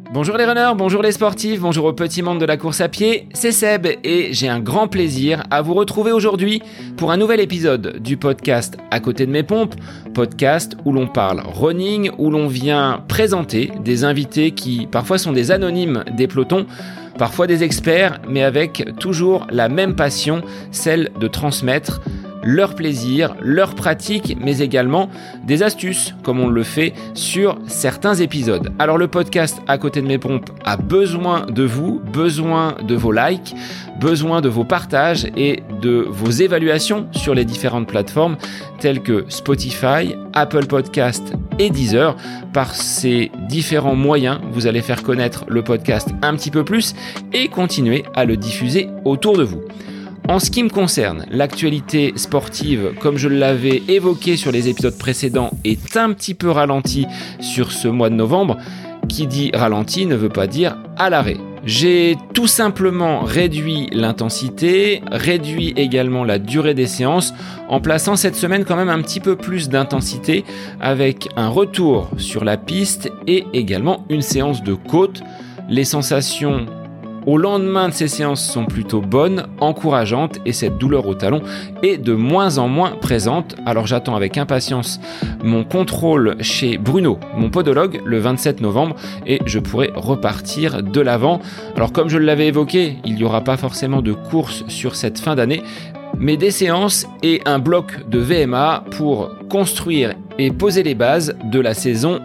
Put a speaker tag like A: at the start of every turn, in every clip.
A: Bonjour les runners, bonjour les sportifs, bonjour au petit monde de la course à pied, c'est Seb et j'ai un grand plaisir à vous retrouver aujourd'hui pour un nouvel épisode du podcast À côté de mes pompes, podcast où l'on parle running, où l'on vient présenter des invités qui parfois sont des anonymes des pelotons, parfois des experts, mais avec toujours la même passion, celle de transmettre leur plaisir, leur pratique, mais également des astuces, comme on le fait sur certains épisodes. Alors le podcast À côté de mes pompes a besoin de vous, besoin de vos likes, besoin de vos partages et de vos évaluations sur les différentes plateformes telles que Spotify, Apple Podcast et Deezer. Par ces différents moyens, vous allez faire connaître le podcast un petit peu plus et continuer à le diffuser autour de vous. En ce qui me concerne, l'actualité sportive, comme je l'avais évoqué sur les épisodes précédents, est un petit peu ralentie sur ce mois de novembre. Qui dit ralenti ne veut pas dire à l'arrêt. J'ai tout simplement réduit l'intensité, réduit également la durée des séances, en plaçant cette semaine quand même un petit peu plus d'intensité avec un retour sur la piste et également une séance de côte. Les sensations au lendemain de ces séances sont plutôt bonnes, encourageantes et cette douleur au talon est de moins en moins présente. Alors j'attends avec impatience mon contrôle chez Bruno, mon podologue, le 27 novembre et je pourrai repartir de l'avant. Alors comme je l'avais évoqué, il n'y aura pas forcément de course sur cette fin d'année, mais des séances et un bloc de VMA pour construire et poser les bases de la saison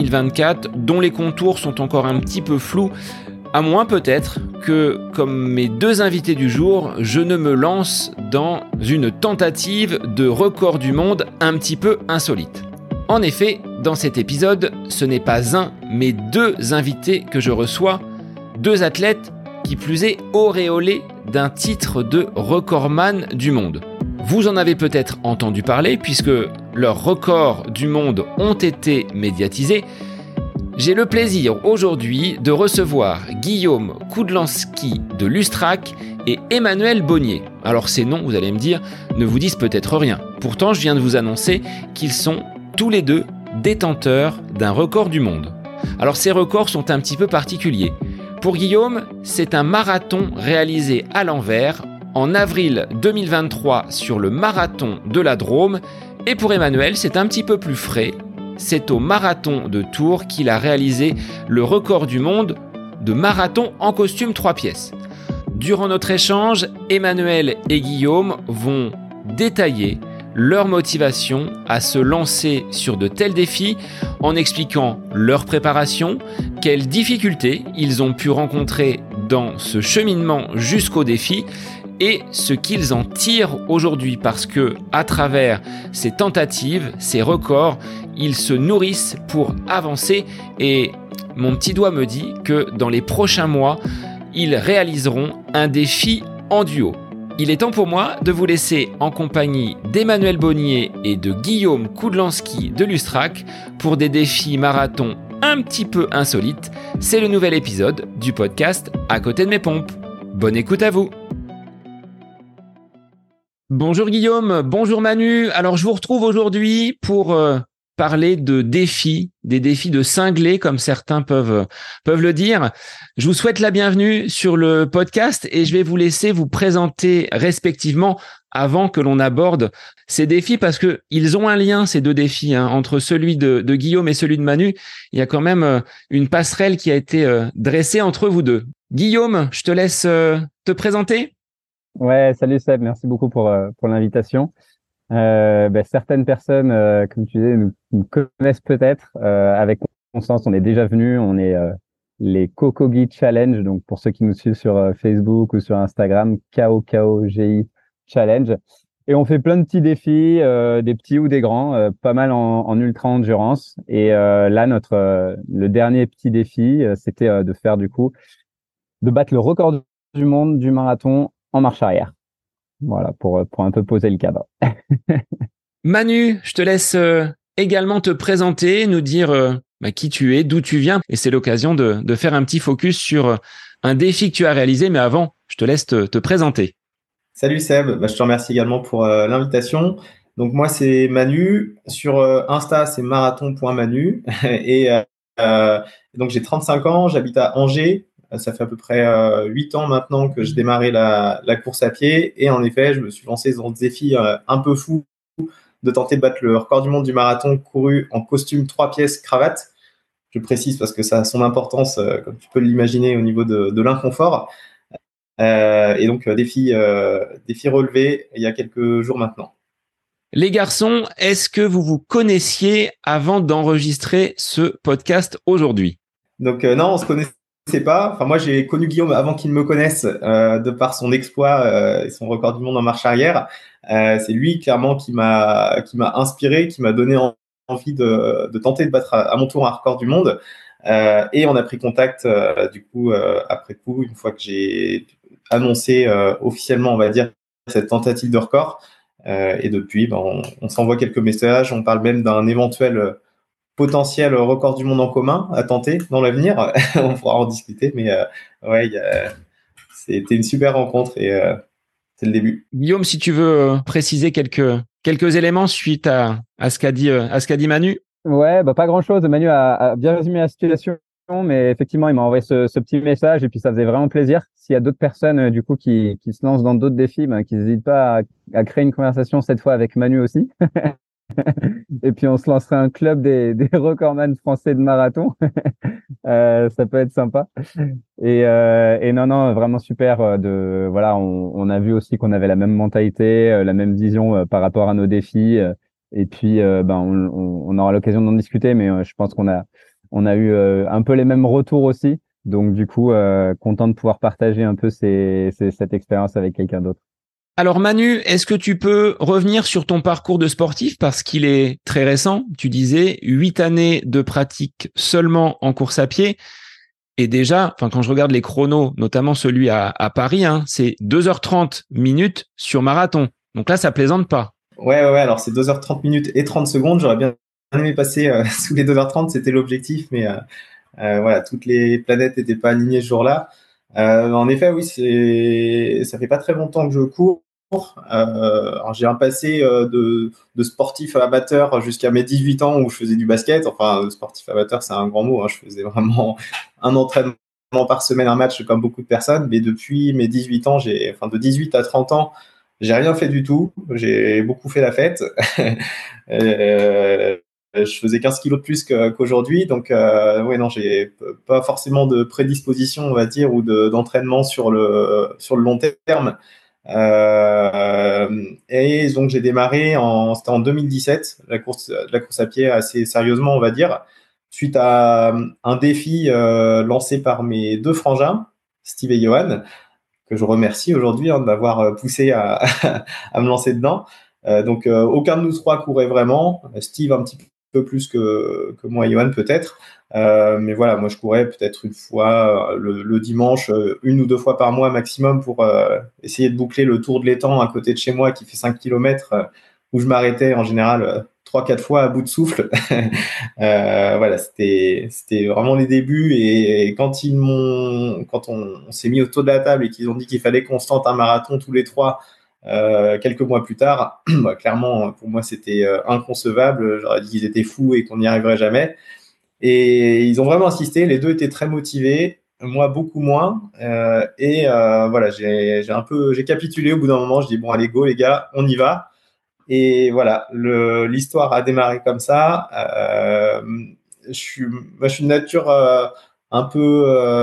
A: 2024 dont les contours sont encore un petit peu flous. À moins peut-être que, comme mes deux invités du jour, je ne me lance dans une tentative de record du monde un petit peu insolite. En effet, dans cet épisode, ce n'est pas un, mais deux invités que je reçois, deux athlètes qui plus est auréolés d'un titre de recordman du monde. Vous en avez peut-être entendu parler puisque leurs records du monde ont été médiatisés. J'ai le plaisir aujourd'hui de recevoir Guillaume Koudlanski de Lustrac et Emmanuel Bonnier. Alors ces noms, vous allez me dire, ne vous disent peut-être rien. Pourtant, je viens de vous annoncer qu'ils sont tous les deux détenteurs d'un record du monde. Alors ces records sont un petit peu particuliers. Pour Guillaume, c'est un marathon réalisé à l'envers en avril 2023 sur le marathon de la Drôme. Et pour Emmanuel, c'est un petit peu plus frais. C'est au marathon de Tours qu'il a réalisé le record du monde de marathon en costume 3 pièces. Durant notre échange, Emmanuel et Guillaume vont détailler leur motivation à se lancer sur de tels défis en expliquant leur préparation, quelles difficultés ils ont pu rencontrer dans ce cheminement jusqu'au défi et ce qu'ils en tirent aujourd'hui parce que, à travers ces tentatives, ces records, ils se nourrissent pour avancer et mon petit doigt me dit que dans les prochains mois, ils réaliseront un défi en duo. Il est temps pour moi de vous laisser en compagnie d'Emmanuel Bonnier et de Guillaume Koudlanski de Lustrac pour des défis marathon un petit peu insolites. C'est le nouvel épisode du podcast À côté de mes pompes. Bonne écoute à vous. Bonjour Guillaume, bonjour Manu. Alors je vous retrouve aujourd'hui pour parler de défis, des défis de cinglés comme certains peuvent le dire. Je vous souhaite la bienvenue sur le podcast et je vais vous laisser vous présenter respectivement avant que l'on aborde ces défis parce que ils ont un lien ces deux défis entre celui de Guillaume et celui de Manu. Il y a quand même une passerelle qui a été dressée entre vous deux. Guillaume, je te laisse te présenter.
B: Ouais, salut Seb, merci beaucoup pour l'invitation. Certaines personnes, comme tu disais, nous connaissent peut-être. Avec Constance, on est déjà venus. On est les Kokogi Challenge. Donc, pour ceux qui nous suivent sur Facebook ou sur Instagram, KOKOGI Challenge. Et on fait plein de petits défis, des petits ou des grands, pas mal en ultra endurance. Et là, le dernier petit défi, c'était de battre le record du monde du marathon en marche arrière. Voilà, pour un peu poser le cadre.
A: Manu, je te laisse également te présenter, nous dire qui tu es, d'où tu viens. Et c'est l'occasion de faire un petit focus sur un défi que tu as réalisé. Mais avant, je te laisse te présenter.
C: Salut Seb, je te remercie également pour l'invitation. Donc moi, c'est Manu. Sur Insta, c'est marathon.manu. Et donc, j'ai 35 ans, j'habite à Angers. Ça fait à peu près 8 ans maintenant que je démarrais la course à pied. Et en effet, je me suis lancé dans ce défi un peu fou de tenter de battre le record du monde du marathon couru en costume 3 pièces cravate. Je précise parce que ça a son importance, comme tu peux l'imaginer, au niveau de l'inconfort. Et donc, défi relevé il y a quelques jours maintenant.
A: Les garçons, est-ce que vous vous connaissiez avant d'enregistrer ce podcast aujourd'hui?
C: Donc, non, on se connaissait pas. Enfin, moi, j'ai connu Guillaume avant qu'il me connaisse, de par son exploit et son record du monde en marche arrière. C'est lui, clairement, qui m'a inspiré, qui m'a donné envie de tenter de battre à mon tour un record du monde. Et on a pris contact, du coup, après coup, une fois que j'ai annoncé officiellement, on va dire, cette tentative de record. Et depuis, on s'envoie quelques messages. On parle même d'un éventuel potentiel record du monde en commun à tenter dans l'avenir. On pourra en discuter, mais ouais, c'était une super rencontre et c'est le début.
A: Guillaume, si tu veux préciser quelques éléments suite à ce qu'a dit Manu.
B: Ouais, pas grand-chose. Manu a bien résumé la situation, mais effectivement, il m'a envoyé ce petit message et puis ça faisait vraiment plaisir. S'il y a d'autres personnes du coup qui se lancent dans d'autres défis, qu'ils n'hésitent pas à créer une conversation cette fois avec Manu aussi. Et puis on se lancerait un club des recordman français de marathon. Ça peut être sympa. Et non, vraiment super. Voilà, on a vu aussi qu'on avait la même mentalité, la même vision par rapport à nos défis. Et puis, on aura l'occasion d'en discuter, mais je pense on a eu un peu les mêmes retours aussi. Donc, du coup, content de pouvoir partager un peu cette expérience avec quelqu'un d'autre.
A: Alors Manu, est-ce que tu peux revenir sur ton parcours de sportif parce qu'il est très récent? Tu disais 8 années de pratique seulement en course à pied. Et déjà, quand je regarde les chronos, notamment celui à Paris, c'est 2h30 minutes sur marathon. Donc là, ça plaisante pas.
C: Ouais, alors c'est 2h30 minutes et 30 secondes. J'aurais bien aimé passer sous les 2h30, c'était l'objectif, mais voilà, toutes les planètes n'étaient pas alignées ce jour-là. En effet, oui, ça fait pas très longtemps que je cours. Alors j'ai un passé de sportif amateur jusqu'à mes 18 ans où je faisais du basket. Enfin, sportif amateur, c'est un grand mot. Je faisais vraiment un entraînement par semaine, un match comme beaucoup de personnes. Mais depuis mes 18 ans, de 18 à 30 ans, j'ai rien fait du tout. J'ai beaucoup fait la fête. Je faisais 15 kilos de plus qu'aujourd'hui. Donc, ouais, non, j'ai pas forcément de prédisposition, on va dire, ou d'entraînement sur le long terme. Et donc j'ai démarré c'était en 2017 la course à pied assez sérieusement, on va dire, suite à un défi lancé par mes deux frangins, Steve et Johan, que je remercie aujourd'hui de m'avoir poussé à me lancer dedans. Donc aucun de nous trois courait vraiment. Steve un petit peu plus que moi et Johan peut-être. Mais voilà, moi je courais peut-être une fois le dimanche, une ou deux fois par mois maximum pour essayer de boucler le tour de l'étang à côté de chez moi qui fait 5 km où je m'arrêtais en général 3-4 fois à bout de souffle. Voilà, c'était vraiment les débuts et quand on s'est mis autour de la table et qu'ils ont dit qu'il fallait qu'on se tente un marathon tous les trois quelques mois plus tard, clairement pour moi c'était inconcevable. J'aurais dit qu'ils étaient fous et qu'on n'y arriverait jamais. Et ils ont vraiment insisté. Les deux étaient très motivés. Moi, beaucoup moins. Voilà, j'ai capitulé au bout d'un moment. Je dis bon, allez, go, les gars, on y va. Et voilà, l'histoire a démarré comme ça. Je suis de nature un peu,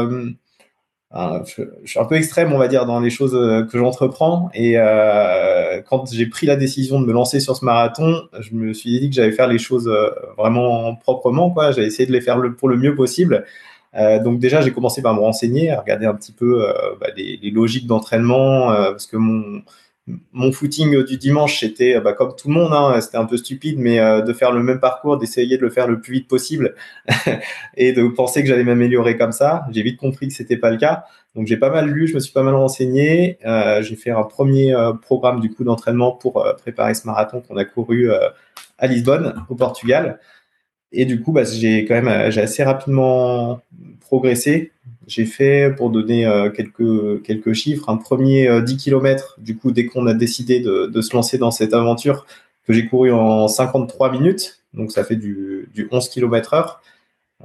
C: je suis un peu extrême, on va dire, dans les choses que j'entreprends. Et quand j'ai pris la décision de me lancer sur ce marathon, je me suis dit que j'allais faire les choses vraiment proprement, quoi. J'allais essayer de les faire pour le mieux possible. Donc déjà, j'ai commencé par me renseigner, à regarder un petit peu les logiques d'entraînement, parce que mon footing du dimanche, c'était comme tout le monde, c'était un peu stupide, mais de faire le même parcours, d'essayer de le faire le plus vite possible et de penser que j'allais m'améliorer comme ça. J'ai vite compris que c'était pas le cas. Donc j'ai pas mal lu, je me suis pas mal renseigné. J'ai fait un premier programme du coup d'entraînement pour préparer ce marathon qu'on a couru à Lisbonne, au Portugal. Et du coup, j'ai assez rapidement progressé. J'ai fait, pour donner quelques chiffres, un premier 10 km, du coup, dès qu'on a décidé de se lancer dans cette aventure, que j'ai couru en 53 minutes. Donc, ça fait du 11 km/h.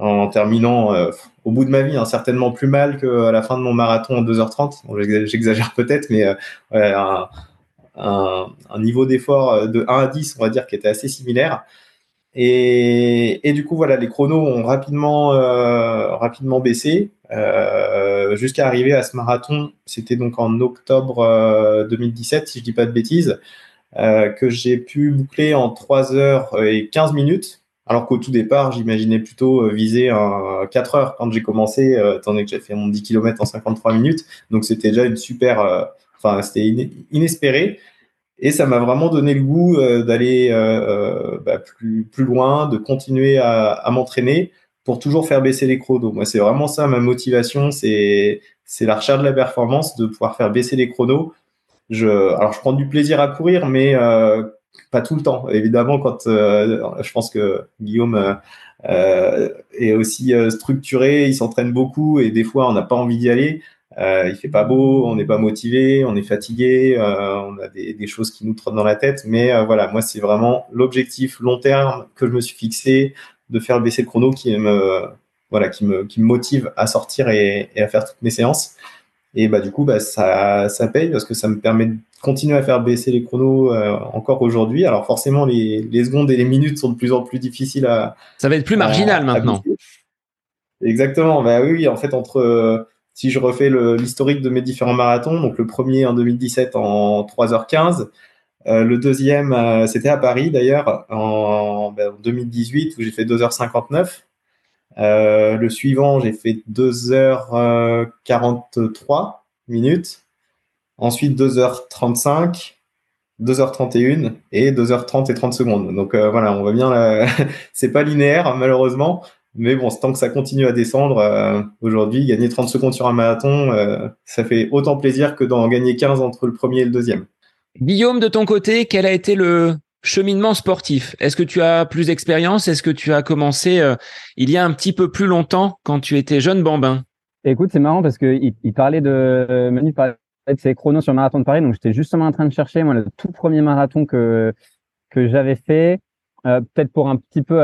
C: en terminant au bout de ma vie, hein, certainement plus mal qu'à la fin de mon marathon en 2h30. Bon, j'exagère peut-être, mais ouais, un niveau d'effort de 1 à 10, on va dire, qui était assez similaire. Et du coup, voilà, les chronos ont rapidement baissé jusqu'à arriver à ce marathon. C'était donc en octobre 2017, si je dis pas de bêtises, que j'ai pu boucler en 3h15. Alors qu'au tout départ, j'imaginais plutôt viser un 4 heures quand j'ai commencé, étant donné que j'ai fait mon 10 km en 53 minutes. Donc, c'était déjà une super, enfin, c'était inespéré. Et ça m'a vraiment donné le goût d'aller plus loin, de continuer à m'entraîner pour toujours faire baisser les chronos. Moi, c'est vraiment ça ma motivation, c'est la recherche de la performance, de pouvoir faire baisser les chronos. Alors, je prends du plaisir à courir, mais pas tout le temps. Évidemment, quand je pense que Guillaume est aussi structuré, il s'entraîne beaucoup et des fois, on n'a pas envie d'y aller. Il fait pas beau, on n'est pas motivé, on est fatigué, on a des choses qui nous trottent dans la tête. Mais voilà, moi, c'est vraiment l'objectif long terme que je me suis fixé de faire baisser le chrono qui me motive à sortir et à faire toutes mes séances. Et du coup, ça paye parce que ça me permet de continuer à faire baisser les chronos encore aujourd'hui. Alors forcément, les secondes et les minutes sont de plus en plus difficiles
A: Ça va être plus marginal maintenant.
C: baisser. Exactement. Oui, en fait, si je refais l'historique de mes différents marathons, donc le premier en 2017 en 3h15, le deuxième, c'était à Paris d'ailleurs, en 2018 où j'ai fait 2h59. Le suivant, j'ai fait 2h43 minutes. Ensuite, 2h35, 2h31 et 2h30 et 30 secondes. Donc voilà, on voit bien, c'est pas linéaire malheureusement, mais bon, tant que ça continue à descendre, aujourd'hui, gagner 30 secondes sur un marathon, ça fait autant plaisir que d'en gagner 15 entre le premier et le deuxième.
A: Guillaume, de ton côté, quel a été le cheminement sportif? Est-ce que tu as plus d'expérience? Est-ce que tu as commencé il y a un petit peu plus longtemps quand tu étais jeune bambin?
B: Écoute, c'est marrant parce que il parlait Manu parlait de ses chronos sur le marathon de Paris, donc j'étais justement en train de chercher moi le tout premier marathon que j'avais fait, peut-être pour un petit peu,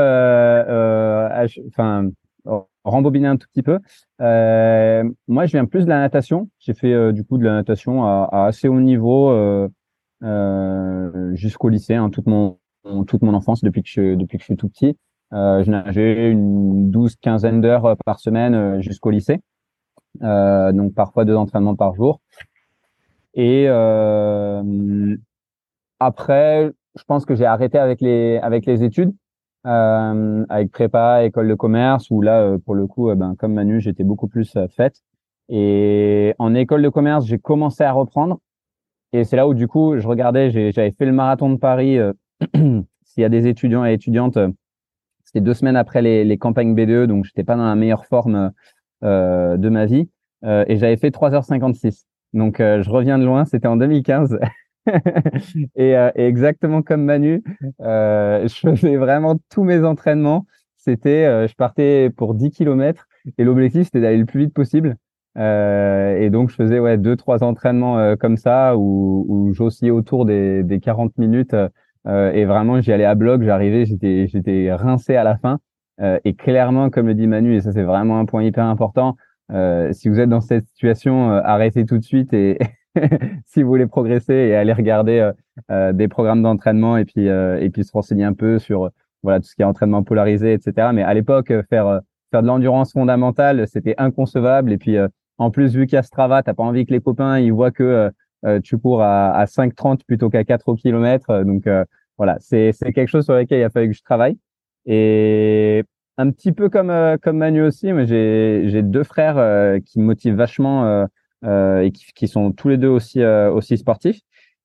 B: rembobiner un tout petit peu. Moi, je viens plus de la natation. J'ai fait du coup de la natation à assez haut niveau jusqu'au lycée, hein, toute mon enfance depuis que je suis tout petit. Je nageais une 12-15 d'heures par semaine jusqu'au lycée. Donc parfois 2 entraînements par jour. Et après, je pense que j'ai arrêté avec les études, avec prépa, école de commerce, où là, pour le coup, comme Manu, j'étais beaucoup plus faite. Et en école de commerce, j'ai commencé à reprendre. Et c'est là où, du coup, je regardais, j'avais fait le marathon de Paris. S'il y a des étudiants et étudiantes, c'était 2 semaines après les campagnes B2, donc j'étais pas dans la meilleure forme de ma vie. Et j'avais fait 3h56. Donc, je reviens de loin, c'était en 2015. Et exactement comme Manu, je faisais vraiment tous mes entraînements. Je partais pour 10 km et l'objectif, c'était d'aller le plus vite possible. Et donc, je faisais 2-3 entraînements comme ça où j'oscillais autour des 40 minutes. Et vraiment, j'y allais à bloc, j'arrivais, j'étais rincé à la fin. Et clairement, comme le dit Manu, et ça, c'est vraiment un point hyper important, si vous êtes dans cette situation, arrêtez tout de suite et si vous voulez progresser et aller regarder des programmes d'entraînement et puis se renseigner un peu sur tout ce qui est entraînement polarisé, etc. Mais à l'époque, faire de l'endurance fondamentale, c'était inconcevable. Et puis en plus, vu qu'il y a Strava, t'as pas envie que les copains ils voient que tu cours à 5,30 plutôt qu'à 4 au kilomètre. Donc c'est quelque chose sur lequel il a fallu que je travaille. Et un petit peu comme Manu aussi, moi j'ai 2 frères qui me motivent vachement et qui sont tous les deux aussi sportifs.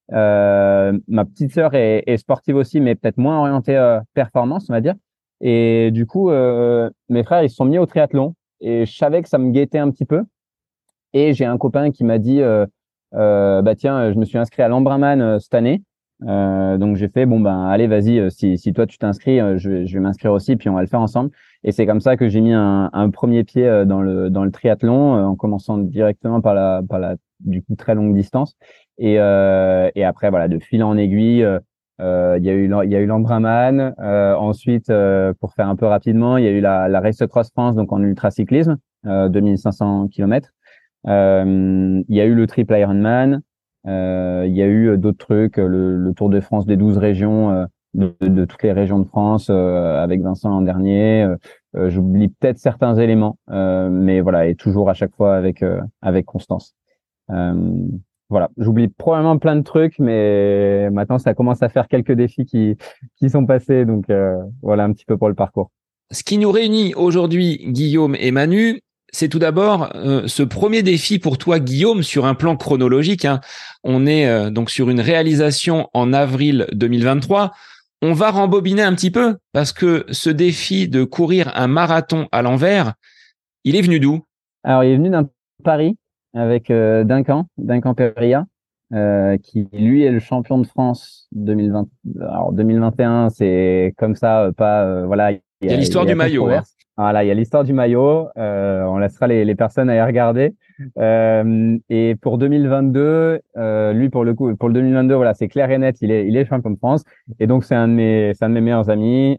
B: Ma petite sœur est sportive aussi, mais peut-être moins orientée performance, on va dire. Et du coup, mes frères, ils se sont mis au triathlon et je savais que ça me guettait un petit peu. Et j'ai un copain qui m'a dit, tiens, je me suis inscrit à l'Embrunman cette année. Donc j'ai fait allez, vas-y, si toi tu t'inscris, je vais m'inscrire aussi, puis on va le faire ensemble. Et c'est comme ça que j'ai mis un premier pied dans le triathlon, en commençant directement par la du coup très longue distance. Et après de fil en aiguille, Il y a eu l'Ambraman. Ensuite, pour faire un peu rapidement, il y a eu la Race Across France, donc en ultracyclisme, 2500 km. Il y a eu le Triple Ironman. Il y a eu d'autres trucs, le Tour de France des 12 régions, de toutes les régions de France, avec Vincent l'an dernier. J'oublie peut-être certains éléments, mais voilà, et toujours à chaque fois avec Constance. Voilà, j'oublie probablement plein de trucs, mais maintenant ça commence à faire quelques défis qui sont passés, donc voilà un petit peu pour le parcours.
A: Ce qui nous réunit aujourd'hui, Guillaume et Manu, c'est tout d'abord ce premier défi pour toi, Guillaume, sur un plan chronologique. Hein. On est donc sur une réalisation en avril 2023. On va rembobiner un petit peu parce que ce défi de courir un marathon à l'envers, il est venu d'où?
B: Alors, il est venu d'un pari avec Duncan Perria, qui lui est le champion de France 2020. Alors 2021, c'est comme ça, pas voilà.
A: Il y a l'histoire du maillot. Hein.
B: Voilà, il y a l'histoire du maillot. On laissera les personnes à y regarder. Et pour 2022, lui pour le coup, pour le 2022, voilà, c'est clair et net. Il est champion de France. Et donc c'est un de mes meilleurs amis.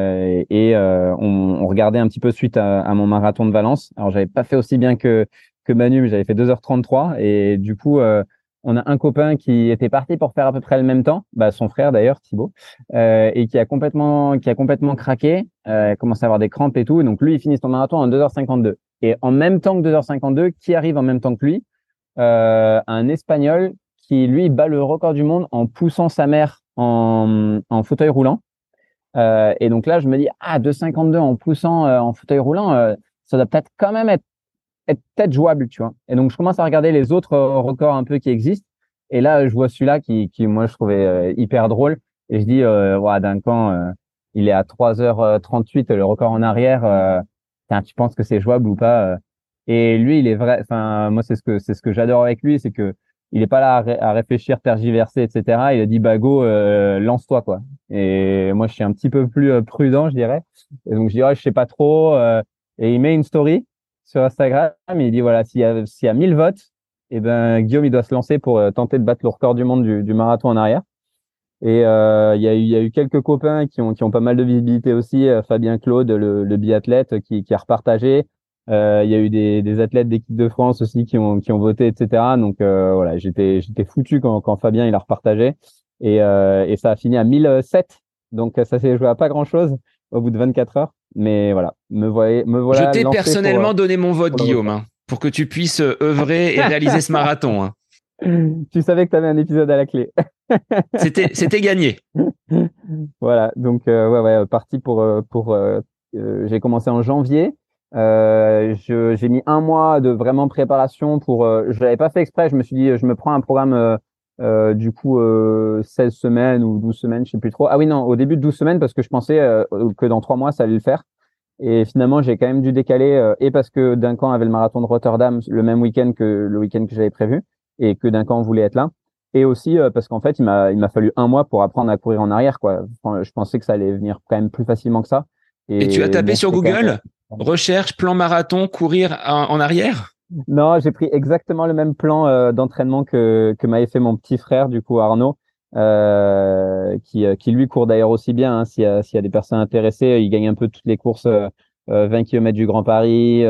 B: On regardait un petit peu suite à mon marathon de Valence. Alors j'avais pas fait aussi bien que Manu, mais j'avais fait 2h33. Et du coup, on a un copain qui était parti pour faire à peu près le même temps, son frère d'ailleurs, Thibaut, et qui a complètement craqué, commencé à avoir des crampes et tout. Et donc lui, il finit son marathon en 2h52. Et en même temps que 2h52, qui arrive en même temps que lui? Un Espagnol qui lui bat le record du monde en poussant sa mère en fauteuil roulant. Et donc là, je me dis 2h52 en poussant en fauteuil roulant, ça doit peut-être quand même être peut-être jouable, tu vois. Et donc, je commence à regarder les autres records un peu qui existent. Et là, je vois celui-là qui moi, je trouvais hyper drôle. Et je dis, Duncan, il est à 3h38, le record en arrière. Tu penses que c'est jouable ou pas? Et lui, il est vrai. Enfin, moi, c'est ce que j'adore avec lui, c'est que il est pas là à réfléchir, tergiverser, etc. Il a dit, go, lance-toi, quoi. Et moi, je suis un petit peu plus prudent, je dirais. Et donc, je dirais, je sais pas trop. Et il met une story sur Instagram, il dit voilà, s'il y a 1000 votes, et ben Guillaume il doit se lancer pour tenter de battre le record du monde du marathon en arrière. Et il y a eu quelques copains qui ont pas mal de visibilité aussi. Fabien Claude, le biathlète, qui a repartagé. Il y a eu des athlètes d'équipe de France aussi qui ont voté, etc. Donc voilà, j'étais foutu quand Fabien il a repartagé. Et ça a fini à 1007. Donc ça s'est joué à pas grand chose au bout de 24 heures. Mais voilà, me voilà.
A: Je t'ai personnellement donné mon vote, Guillaume, hein, pour que tu puisses œuvrer et réaliser ce marathon. Hein.
B: Tu savais que tu avais un épisode à la clé.
A: C'était gagné.
B: Voilà, donc parti pour j'ai commencé en janvier. J'ai mis un mois de vraiment préparation pour. Je l'avais pas fait exprès. Je me suis dit, je me prends un programme. Du coup, 16 semaines ou 12 semaines, je sais plus trop. Ah oui, non, au début de 12 semaines, parce que je pensais que dans 3 mois, ça allait le faire. Et finalement, j'ai quand même dû décaler, et parce que Duncan avait le marathon de Rotterdam le même week-end que le week-end que j'avais prévu, et que Duncan voulait être là. Et aussi parce qu'en fait, il m'a fallu un mois pour apprendre à courir en arrière, quoi. Enfin, je pensais que ça allait venir quand même plus facilement que ça.
A: Et tu as tapé sur Google, recherche, plan marathon, courir en arrière?
B: Non, j'ai pris exactement le même plan d'entraînement que m'avait fait mon petit frère, du coup Arnaud, qui lui court d'ailleurs aussi bien. Hein, s'il y a des personnes intéressées, il gagne un peu toutes les courses 20 km du Grand Paris,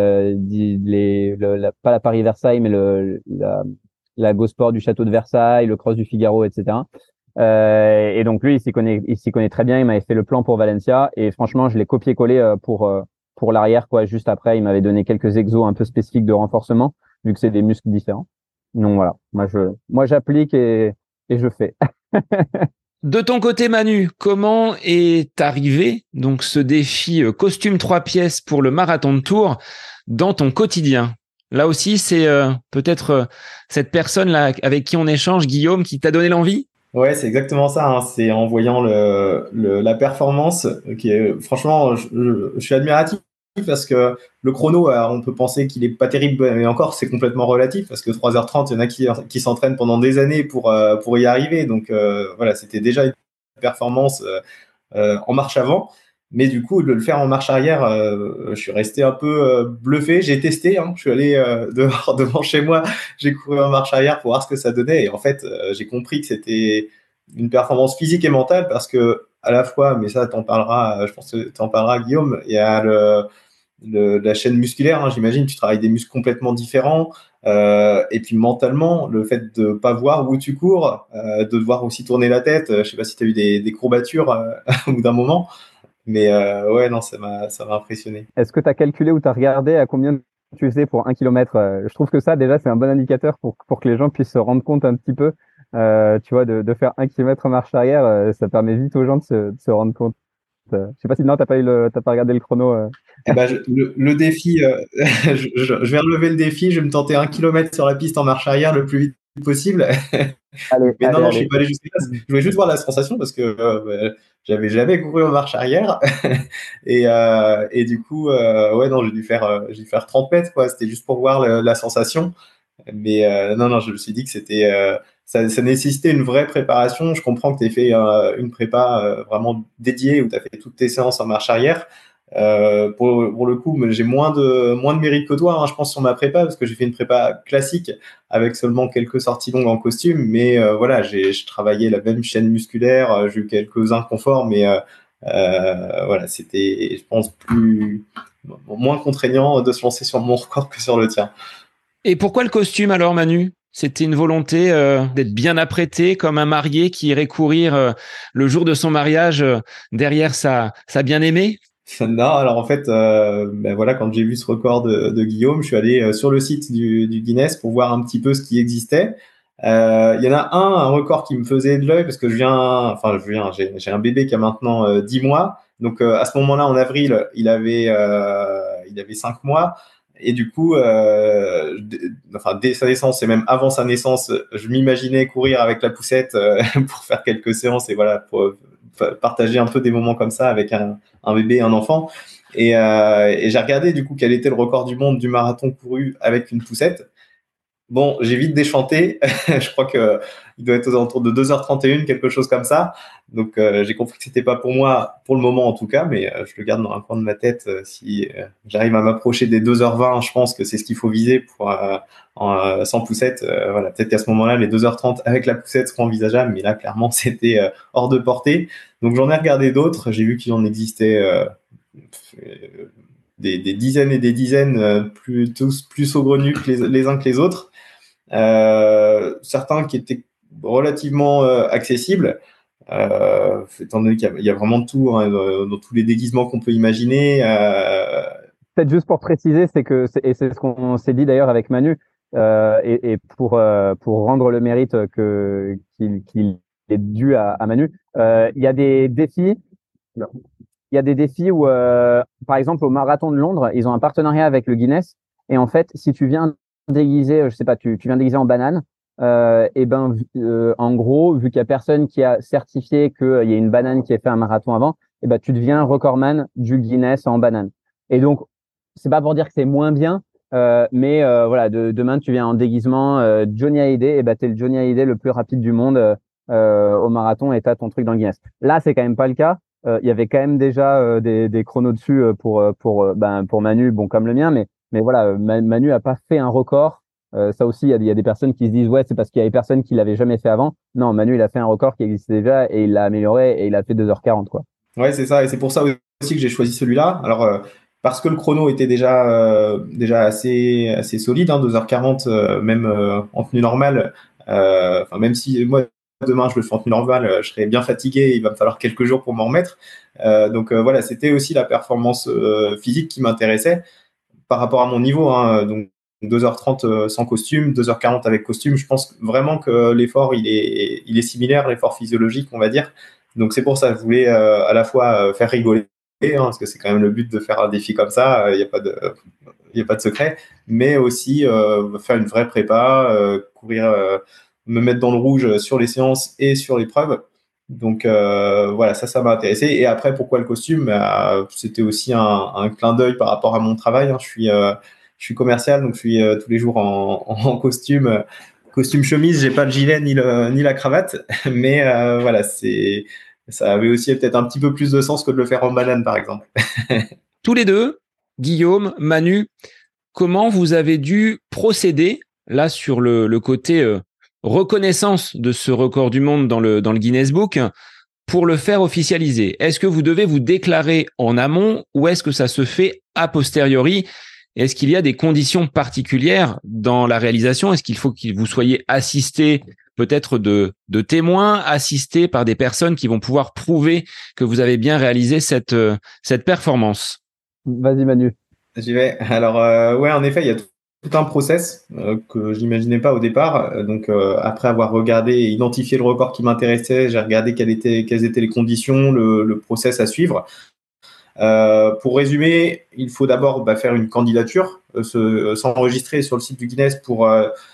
B: pas la Paris-Versailles, mais la Go Sport du Château de Versailles, le Cross du Figaro, etc. Et donc lui, il s'y connaît très bien. Il m'avait fait le plan pour Valencia et franchement, je l'ai copié-collé pour l'arrière, quoi. Juste après, il m'avait donné quelques exos un peu spécifiques de renforcement, vu que c'est des muscles différents. Donc voilà, moi j'applique et je fais.
A: De ton côté, Manu, comment est arrivé donc ce défi costume 3 pièces pour le marathon de Tours dans ton quotidien? Là aussi, c'est peut-être cette personne-là avec qui on échange, Guillaume, qui t'a donné l'envie?
C: Ouais, c'est exactement ça. Hein. C'est en voyant la performance qui est, franchement, je suis admiratif parce que le chrono, on peut penser qu'il est pas terrible, mais encore, c'est complètement relatif parce que 3h30, il y en a qui s'entraînent pendant des années pour y arriver. Donc voilà, c'était déjà une performance en marche avant. Mais du coup, de le faire en marche arrière, je suis resté un peu bluffé. J'ai testé, hein. Je suis allé devant chez moi, j'ai couru en marche arrière pour voir ce que ça donnait. Et en fait, j'ai compris que c'était une performance physique et mentale parce que à la fois, mais ça t'en parleras, je pense que t'en parleras Guillaume, il y a la chaîne musculaire, hein, j'imagine, tu travailles des muscles complètement différents. Et puis mentalement, le fait de pas voir où tu cours, de devoir aussi tourner la tête. Je sais pas si tu as eu des courbatures au bout d'un moment, mais ouais, non, ça m'a impressionné.
B: Est-ce que tu as calculé ou tu as regardé à combien tu faisais pour 1 kilomètre? Je trouve que ça, déjà, c'est un bon indicateur pour que les gens puissent se rendre compte un petit peu. Tu vois, de faire 1 kilomètre en marche arrière, ça permet vite aux gens de se rendre compte. Je sais pas si non, t'as pas regardé le chrono.
C: Eh ben, le défi, je vais relever le défi. Je vais me tenter 1 kilomètre sur la piste en marche arrière le plus vite possible.
B: Allez,
C: Mais non,
B: allez,
C: non, je suis
B: allez.
C: pas allé jusque-là. Je voulais juste voir la sensation parce que j'avais jamais couru en marche arrière. Et du coup, ouais, non, j'ai dû faire 30 mètres, quoi. C'était juste pour voir la sensation. Mais non, non, je me suis dit que ça nécessitait une vraie préparation. Je comprends que tu aies fait une prépa vraiment dédiée où tu as fait toutes tes séances en marche arrière. Pour le coup, mais j'ai moins de mérite que toi, hein, je pense, sur ma prépa, parce que j'ai fait une prépa classique avec seulement quelques sorties longues en costume. Mais voilà, je travaillais la même chaîne musculaire, j'ai eu quelques inconforts, mais voilà, c'était, je pense, moins contraignant de se lancer sur mon record que sur le tien.
A: Et pourquoi le costume alors, Manu? C'était une volonté d'être bien apprêté comme un marié qui irait courir le jour de son mariage derrière sa bien-aimée?
C: Non, alors en fait, ben voilà, quand j'ai vu ce record de Guillaume, je suis allé sur le site du Guinness pour voir un petit peu ce qui existait. Il y en a un record qui me faisait de l'œil parce que j'ai un bébé qui a maintenant 10 mois. Donc à ce moment-là, en avril, il avait 5 mois. Et du coup, dès sa naissance et même avant sa naissance, je m'imaginais courir avec la poussette pour faire quelques séances et voilà, pour partager un peu des moments comme ça avec un bébé et un enfant. Et j'ai regardé du coup quel était le record du monde du marathon couru avec une poussette. Bon, j'ai vite déchanté. Je crois que il doit être aux alentours de 2h31, quelque chose comme ça. Donc, j'ai compris que c'était pas pour moi, pour le moment en tout cas, mais je le garde dans un coin de ma tête. Si j'arrive à m'approcher des 2h20, je pense que c'est ce qu'il faut viser pour sans poussette. Voilà, peut-être qu'à ce moment-là, les 2h30 avec la poussette seront envisageables, mais là, clairement, c'était hors de portée. Donc, j'en ai regardé d'autres. J'ai vu qu'il en existait des dizaines et des dizaines, tous plus saugrenus que les uns que les autres. Certains qui étaient relativement accessibles, étant donné qu'il y a vraiment de tout, hein, dans tous les déguisements qu'on peut imaginer.
B: Peut-être juste pour préciser, et c'est ce qu'on s'est dit d'ailleurs avec Manu, et pour rendre le mérite qu'il est dû à Manu, il y a des défis. Il y a des défis où, par exemple, au marathon de Londres, ils ont un partenariat avec le Guinness. Et en fait, si tu viens déguisé, je sais pas, tu viens déguisé en banane, et ben, en gros, vu qu'il y a personne qui a certifié qu'il y a une banane qui a fait un marathon avant, et ben, tu deviens recordman du Guinness en banane. Et donc, c'est pas pour dire que c'est moins bien, mais voilà, demain, tu viens en déguisement Johnny Hallyday, et ben, t'es le Johnny Hallyday le plus rapide du monde au marathon et t'as ton truc dans le Guinness. Là, c'est quand même pas le cas. Il y avait quand même déjà des chronos dessus pour Manu, bon comme le mien, mais voilà, Manu a pas fait un record. Ça aussi, il y a des personnes qui se disent ouais, c'est parce qu'il y avait personne qui l'avait jamais fait avant. Non, Manu, il a fait un record qui existait déjà et il l'a amélioré et il a fait 2h40 quoi.
C: Ouais, c'est ça, et c'est pour ça aussi que j'ai choisi celui-là. Alors, parce que le chrono était déjà assez solide, hein, 2h40, même en tenue normale. Enfin, même si moi, demain, je le fais en tenue normale, je serai bien fatigué, il va me falloir quelques jours pour m'en remettre. Donc, voilà, c'était aussi la performance physique qui m'intéressait par rapport à mon niveau, hein. Donc, 2h30 sans costume, 2h40 avec costume, je pense vraiment que l'effort, il est similaire, l'effort physiologique, on va dire. Donc c'est pour ça que je voulais à la fois faire rigoler, hein, parce que c'est quand même le but de faire un défi comme ça, il n'y a pas de secret, mais aussi faire une vraie prépa, courir, me mettre dans le rouge sur les séances et sur l'épreuve. Donc voilà, ça m'a intéressé. Et après, pourquoi le costume? C'était aussi un clin d'œil par rapport à mon travail, hein. Je suis commercial, donc je suis tous les jours en costume. Costume chemise, j'ai pas le gilet ni la cravate, mais voilà, ça avait aussi peut-être un petit peu plus de sens que de le faire en banane, par exemple.
A: Tous les deux, Guillaume, Manu, comment vous avez dû procéder là sur le côté reconnaissance de ce record du monde dans le Guinness Book pour le faire officialiser? Est-ce que vous devez vous déclarer en amont ou est-ce que ça se fait a posteriori? Est-ce qu'il y a des conditions particulières dans la réalisation? Est-ce qu'il faut que vous soyez assisté peut-être de témoins, assisté par des personnes qui vont pouvoir prouver que vous avez bien réalisé cette performance?
B: Vas-y Manu.
C: J'y vais. Alors, ouais, en effet, il y a tout un process que je n'imaginais pas au départ. Donc, après avoir regardé et identifié le record qui m'intéressait, j'ai regardé quelles étaient les conditions, le process à suivre. Pour résumer, il faut d'abord faire une candidature, s'enregistrer sur le site du Guinness pour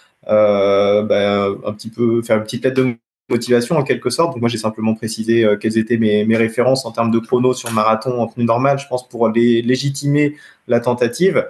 C: un petit peu faire une petite lettre de motivation en quelque sorte. Donc moi j'ai simplement précisé quelles étaient mes références en termes de chrono sur le marathon en tenue normale, je pense pour légitimer la tentative.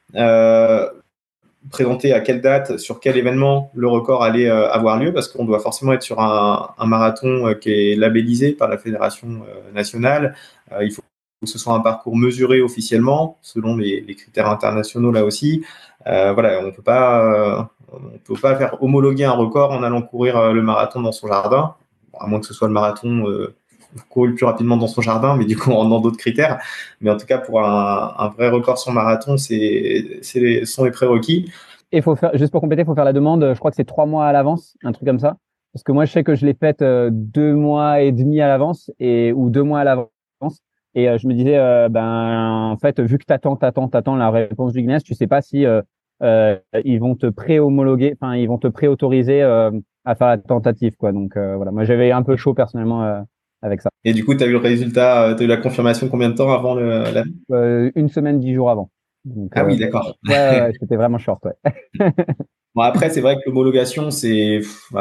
C: Présenter à quelle date, sur quel événement le record allait avoir lieu, parce qu'on doit forcément être sur un marathon qui est labellisé par la fédération nationale. Il faut que ce soit un parcours mesuré officiellement, selon les critères internationaux là aussi. Voilà, on peut pas faire homologuer un record en allant courir le marathon dans son jardin, à moins que ce soit le marathon couru le plus rapidement dans son jardin, mais du coup en d'autres critères. Mais en tout cas, pour un vrai record sur marathon, sont les prérequis.
B: Et faut faire, juste pour compléter, il faut faire la demande, je crois que c'est 3 mois à l'avance, un truc comme ça. Parce que moi, je sais que je l'ai faite 2 mois et demi à l'avance ou 2 mois à l'avance. Et je me disais, en fait, vu que t'attends la réponse du Guinness, tu sais pas si ils vont te pré-homologuer, enfin, ils vont te pré-autoriser à faire la tentative, quoi. Donc voilà, moi j'avais un peu chaud personnellement avec ça.
C: Et du coup, tu as eu le résultat, tu as eu la confirmation combien de temps avant
B: une semaine, 10 jours avant. Donc,
C: ah oui, d'accord.
B: Ouais, c'était vraiment short, ouais.
C: Bon, après, c'est vrai que l'homologation, c'est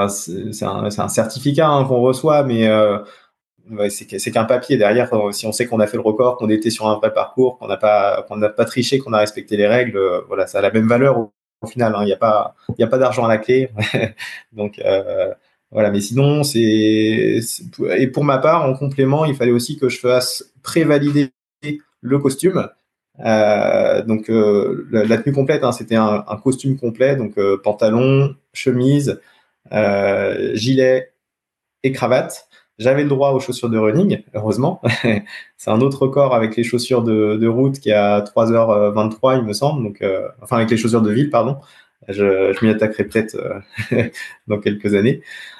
C: un certificat qu'on reçoit, mais ouais, c'est qu'un papier derrière. Si on sait qu'on a fait le record, qu'on était sur un vrai parcours, qu'on n'a pas triché, qu'on a respecté les règles, voilà, ça a la même valeur au final. Il n'y a pas d'argent à la clé. Donc voilà. Mais sinon, et pour ma part, en complément, il fallait aussi que je fasse prévalider le costume. Donc la tenue complète, c'était un costume complet, donc pantalon, chemise, gilet et cravate. J'avais le droit aux chaussures de running, heureusement. C'est un autre record avec les chaussures de route qui est à 3h23, il me semble. Donc, enfin, avec les chaussures de ville, pardon. Je m'y attaquerai peut-être dans quelques années.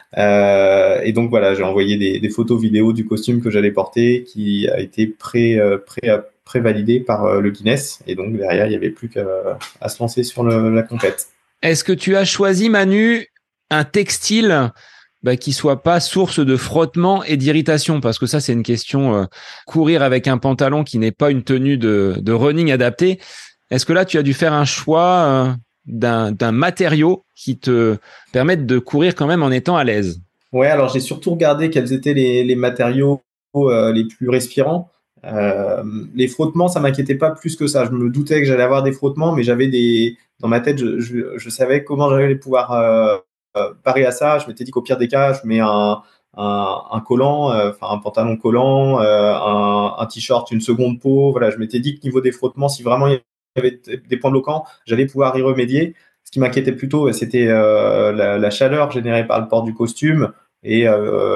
C: Et donc, voilà, j'ai envoyé des photos vidéos du costume que j'allais porter qui a été prévalidé par le Guinness. Et donc, derrière, il n'y avait plus qu'à se lancer sur la compète.
A: Est-ce que tu as choisi, Manu, un textile qui soit pas source de frottement et d'irritation? Parce que ça, c'est une question. Courir avec un pantalon qui n'est pas une tenue de running adaptée. Est-ce que là, tu as dû faire un choix d'un matériau qui te permette de courir quand même en étant à l'aise?
C: Ouais, alors j'ai surtout regardé quels étaient les matériaux les plus respirants. Les frottements, ça m'inquiétait pas plus que ça. Je me doutais que j'allais avoir des frottements, mais dans ma tête, je savais comment j'allais pouvoir parer à ça. Je m'étais dit qu'au pire des cas, je mets un collant, un pantalon collant, un t-shirt, une seconde peau. Voilà, je m'étais dit que niveau des frottements, si vraiment il y avait des points bloquants, j'allais pouvoir y remédier. Ce qui m'inquiétait plutôt, c'était la chaleur générée par le port du costume et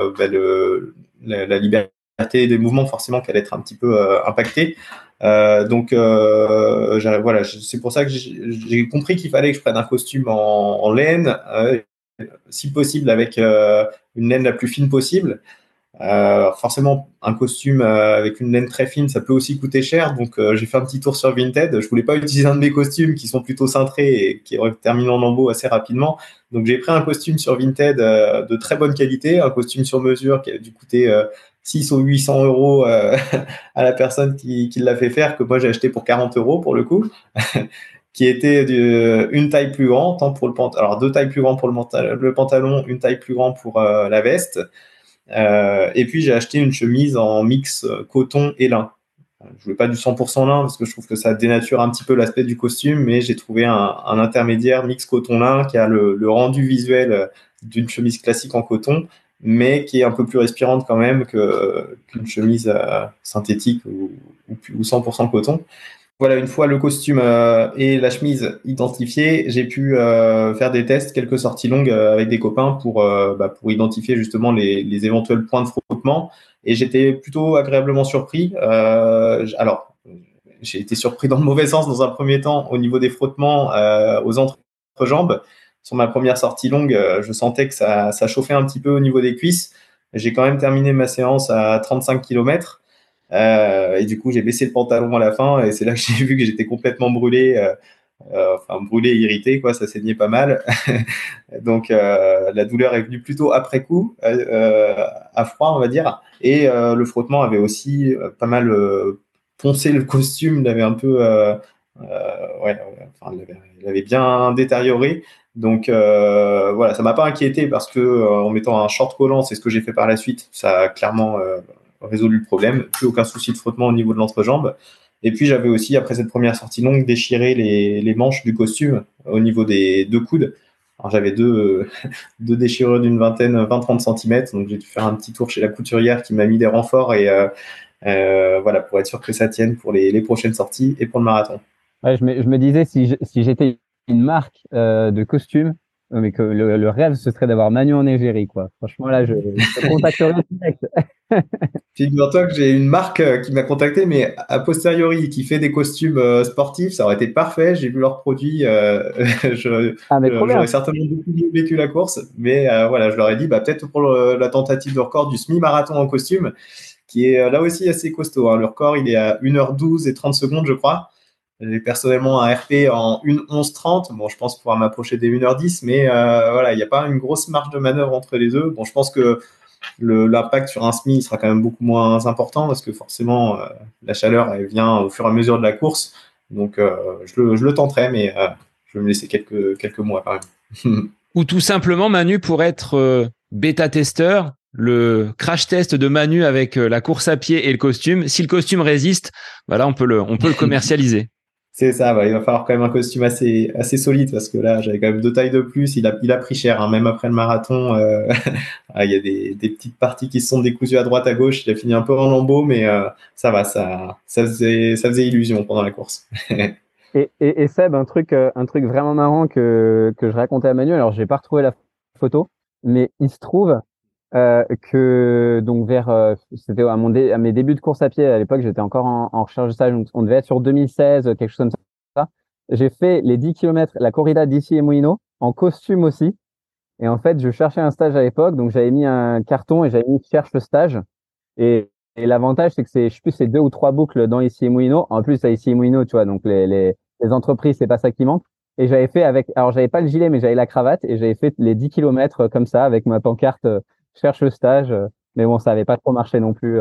C: la liberté des mouvements forcément qui allait être un petit peu impactée. Donc voilà, c'est pour ça que j'ai compris qu'il fallait que je prenne un costume en laine, si possible avec une laine la plus fine possible. Forcément, un costume avec une laine très fine, ça peut aussi coûter cher. Donc, j'ai fait un petit tour sur Vinted. Je voulais pas utiliser un de mes costumes qui sont plutôt cintrés et qui auraient terminé en lambeaux assez rapidement. Donc, j'ai pris un costume sur Vinted de très bonne qualité, un costume sur mesure qui a dû coûter 600 ou 800 euros à la personne qui l'a fait faire, que moi j'ai acheté pour 40 euros pour le coup. Qui était une taille plus grande, tant pour le pantalon, alors 2 tailles plus grandes pour le pantalon, une taille plus grande pour la veste. Et puis j'ai acheté une chemise en mix coton et lin. Je voulais pas du 100% lin parce que je trouve que ça dénature un petit peu l'aspect du costume, mais j'ai trouvé un intermédiaire mix coton-lin qui a le rendu visuel d'une chemise classique en coton, mais qui est un peu plus respirante quand même qu'une chemise synthétique ou 100% coton. voilà, une fois le costume et la chemise identifiés, j'ai pu faire des tests, quelques sorties longues avec des copains pour identifier justement les éventuels points de frottement. Et j'étais plutôt agréablement surpris. Alors, j'ai été surpris dans le mauvais sens dans un premier temps au niveau des frottements aux entrejambes. Sur ma première sortie longue, je sentais que ça chauffait un petit peu au niveau des cuisses. J'ai quand même terminé ma séance à 35 km. Et du coup, j'ai baissé le pantalon à la fin et c'est là que j'ai vu que j'étais complètement brûlé, brûlé, irrité, quoi. Ça saignait pas mal. Donc, la douleur est venue plutôt après coup, à froid, on va dire. Et le frottement avait aussi pas mal poncé le costume, l'avait un peu, l'avait bien détérioré. Donc voilà, ça m'a pas inquiété parce que en mettant un short collant, c'est ce que j'ai fait par la suite, ça a clairement résolu le problème, plus aucun souci de frottement au niveau de l'entrejambe. Et puis j'avais aussi, après cette première sortie longue, déchiré les manches du costume au niveau des deux coudes. Alors j'avais deux déchirures d'une vingtaine, 20-30 cm, donc j'ai dû faire un petit tour chez la couturière qui m'a mis des renforts et voilà, pour être sûr que ça tienne pour les prochaines sorties et pour le marathon.
B: Ouais, je me disais, si j'étais une marque de costumes, mais que le rêve, ce serait d'avoir Manu en égérie, quoi. Franchement, là, je te contacterai direct.
C: Figure-toi que j'ai une marque qui m'a contacté, mais a posteriori, qui fait des costumes sportifs, ça aurait été parfait. J'ai vu leurs produits,
B: Ah, mais trop bien.
C: j'aurais certainement beaucoup mieux vécu la course, mais voilà, je leur ai dit, peut-être pour la tentative de record du semi-marathon en costume, qui est là aussi assez costaud, hein. Le record, il est à 1h12 et 30 secondes, je crois. J'ai personnellement un RP en 1h11:30. Bon, je pense pouvoir m'approcher des 1h10, mais voilà, il n'y a pas une grosse marge de manœuvre entre les deux. Bon, je pense que l'impact sur un SMI sera quand même beaucoup moins important parce que forcément, la chaleur, elle vient au fur et à mesure de la course. Donc, je le tenterai, mais je vais me laisser quelques mois quand même.
A: Ou tout simplement, Manu, pour être bêta-testeur, le crash test de Manu avec la course à pied et le costume. Si le costume résiste, voilà, on peut le commercialiser.
C: C'est ça, il va falloir quand même un costume assez solide parce que là, j'avais quand même 2 tailles de plus. Il a pris cher, hein, même après le marathon. Il y a des petites parties qui se sont décousues à droite, à gauche. Il a fini un peu en lambeaux, mais ça va, ça faisait illusion pendant la course.
B: Et Seb, un truc vraiment marrant que je racontais à Manu, alors j'ai pas retrouvé la photo, mais il se trouve que donc c'était à mes débuts de course à pied à l'époque, j'étais encore en recherche de stage, donc on devait être sur 2016, quelque chose comme ça. J'ai fait les 10 km, la corrida d'Issy et Moulineaux, en costume aussi. Et en fait, je cherchais un stage à l'époque, donc j'avais mis un carton et j'avais mis cherche le stage. Et l'avantage, c'est que je sais plus, c'est 2 ou 3 boucles dans Issy et Moulineaux. En plus, à Issy et Moulineaux, tu vois, donc les entreprises, c'est pas ça qui manque. Et j'avais fait alors j'avais pas le gilet, mais j'avais la cravate et j'avais fait les 10 km comme ça avec ma pancarte cherche le stage. Mais bon, ça avait pas trop marché non plus.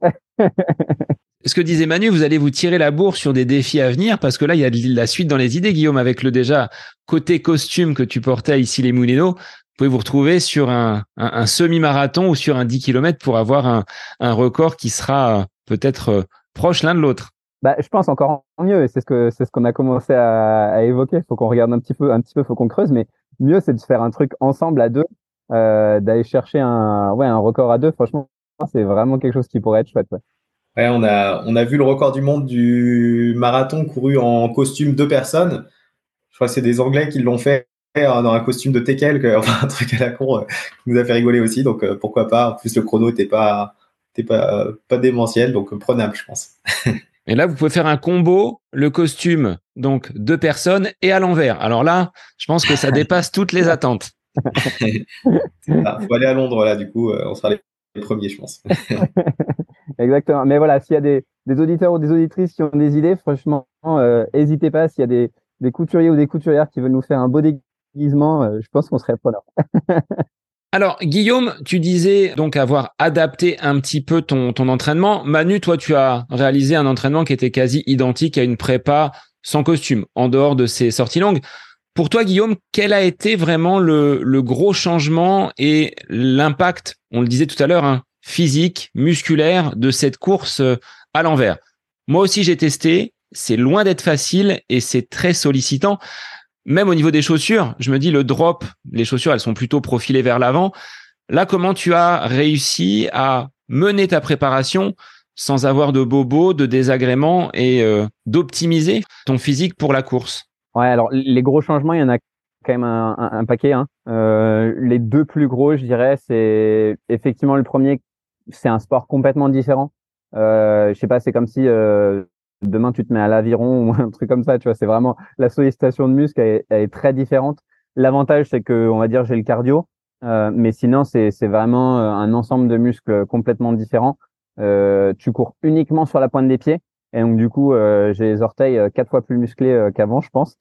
A: Ce que disait Manu, vous allez vous tirer la bourre sur des défis à venir parce que là, il y a de la suite dans les idées, Guillaume, avec le déjà côté costume que tu portais ici les Moulineaux. Vous pouvez vous retrouver sur un semi-marathon ou sur un 10 km pour avoir un record qui sera peut-être proche l'un de l'autre.
B: Je pense encore mieux, et c'est ce qu'on a commencé à évoquer. Faut qu'on regarde un petit peu, faut qu'on creuse, mais mieux, c'est de faire un truc ensemble à deux, d'aller chercher un record à deux. Franchement, c'est vraiment quelque chose qui pourrait être chouette. Ouais.
C: Ouais, on a vu le record du monde du marathon couru en costume 2 personnes. Je crois que c'est des Anglais qui l'ont fait dans un costume de Tekel, enfin un truc à la con qui nous a fait rigoler aussi. Donc pourquoi pas. En plus le chrono était pas démentiel, donc prenable, je pense.
A: Et là, vous pouvez faire un combo, le costume, donc 2 personnes et à l'envers. Alors là, je pense que ça dépasse toutes les attentes.
C: Faut aller à Londres là, du coup, on sera les premiers, je pense.
B: Exactement. Mais voilà, s'il y a des auditeurs ou des auditrices qui ont des idées, franchement, n'hésitez pas. S'il y a des couturiers ou des couturières qui veulent nous faire un beau déguisement, je pense qu'on serait preneur.
A: Alors, Guillaume, tu disais donc avoir adapté un petit peu ton entraînement. Manu, toi, tu as réalisé un entraînement qui était quasi identique à une prépa sans costume, en dehors de ces sorties longues. Pour toi, Guillaume, quel a été vraiment le gros changement et l'impact, on le disait tout à l'heure, physique, musculaire de cette course à l'envers? Moi aussi, j'ai testé. C'est loin d'être facile et c'est très sollicitant. Même au niveau des chaussures, je me dis le drop, les chaussures, elles sont plutôt profilées vers l'avant. Là, comment tu as réussi à mener ta préparation sans avoir de bobos, de désagréments et d'optimiser ton physique pour la course?
B: Ouais, alors les gros changements, il y en a quand même un paquet, hein. Les deux plus gros, je dirais, c'est effectivement le premier, c'est un sport complètement différent. Je sais pas, c'est comme si demain tu te mets à l'aviron ou un truc comme ça, tu vois. C'est vraiment la sollicitation de muscles, elle est très différente. L'avantage, c'est que, on va dire, j'ai le cardio, mais sinon c'est vraiment un ensemble de muscles complètement différents. Tu cours uniquement sur la pointe des pieds. Et donc, du coup, j'ai les orteils 4 fois plus musclés qu'avant, je pense.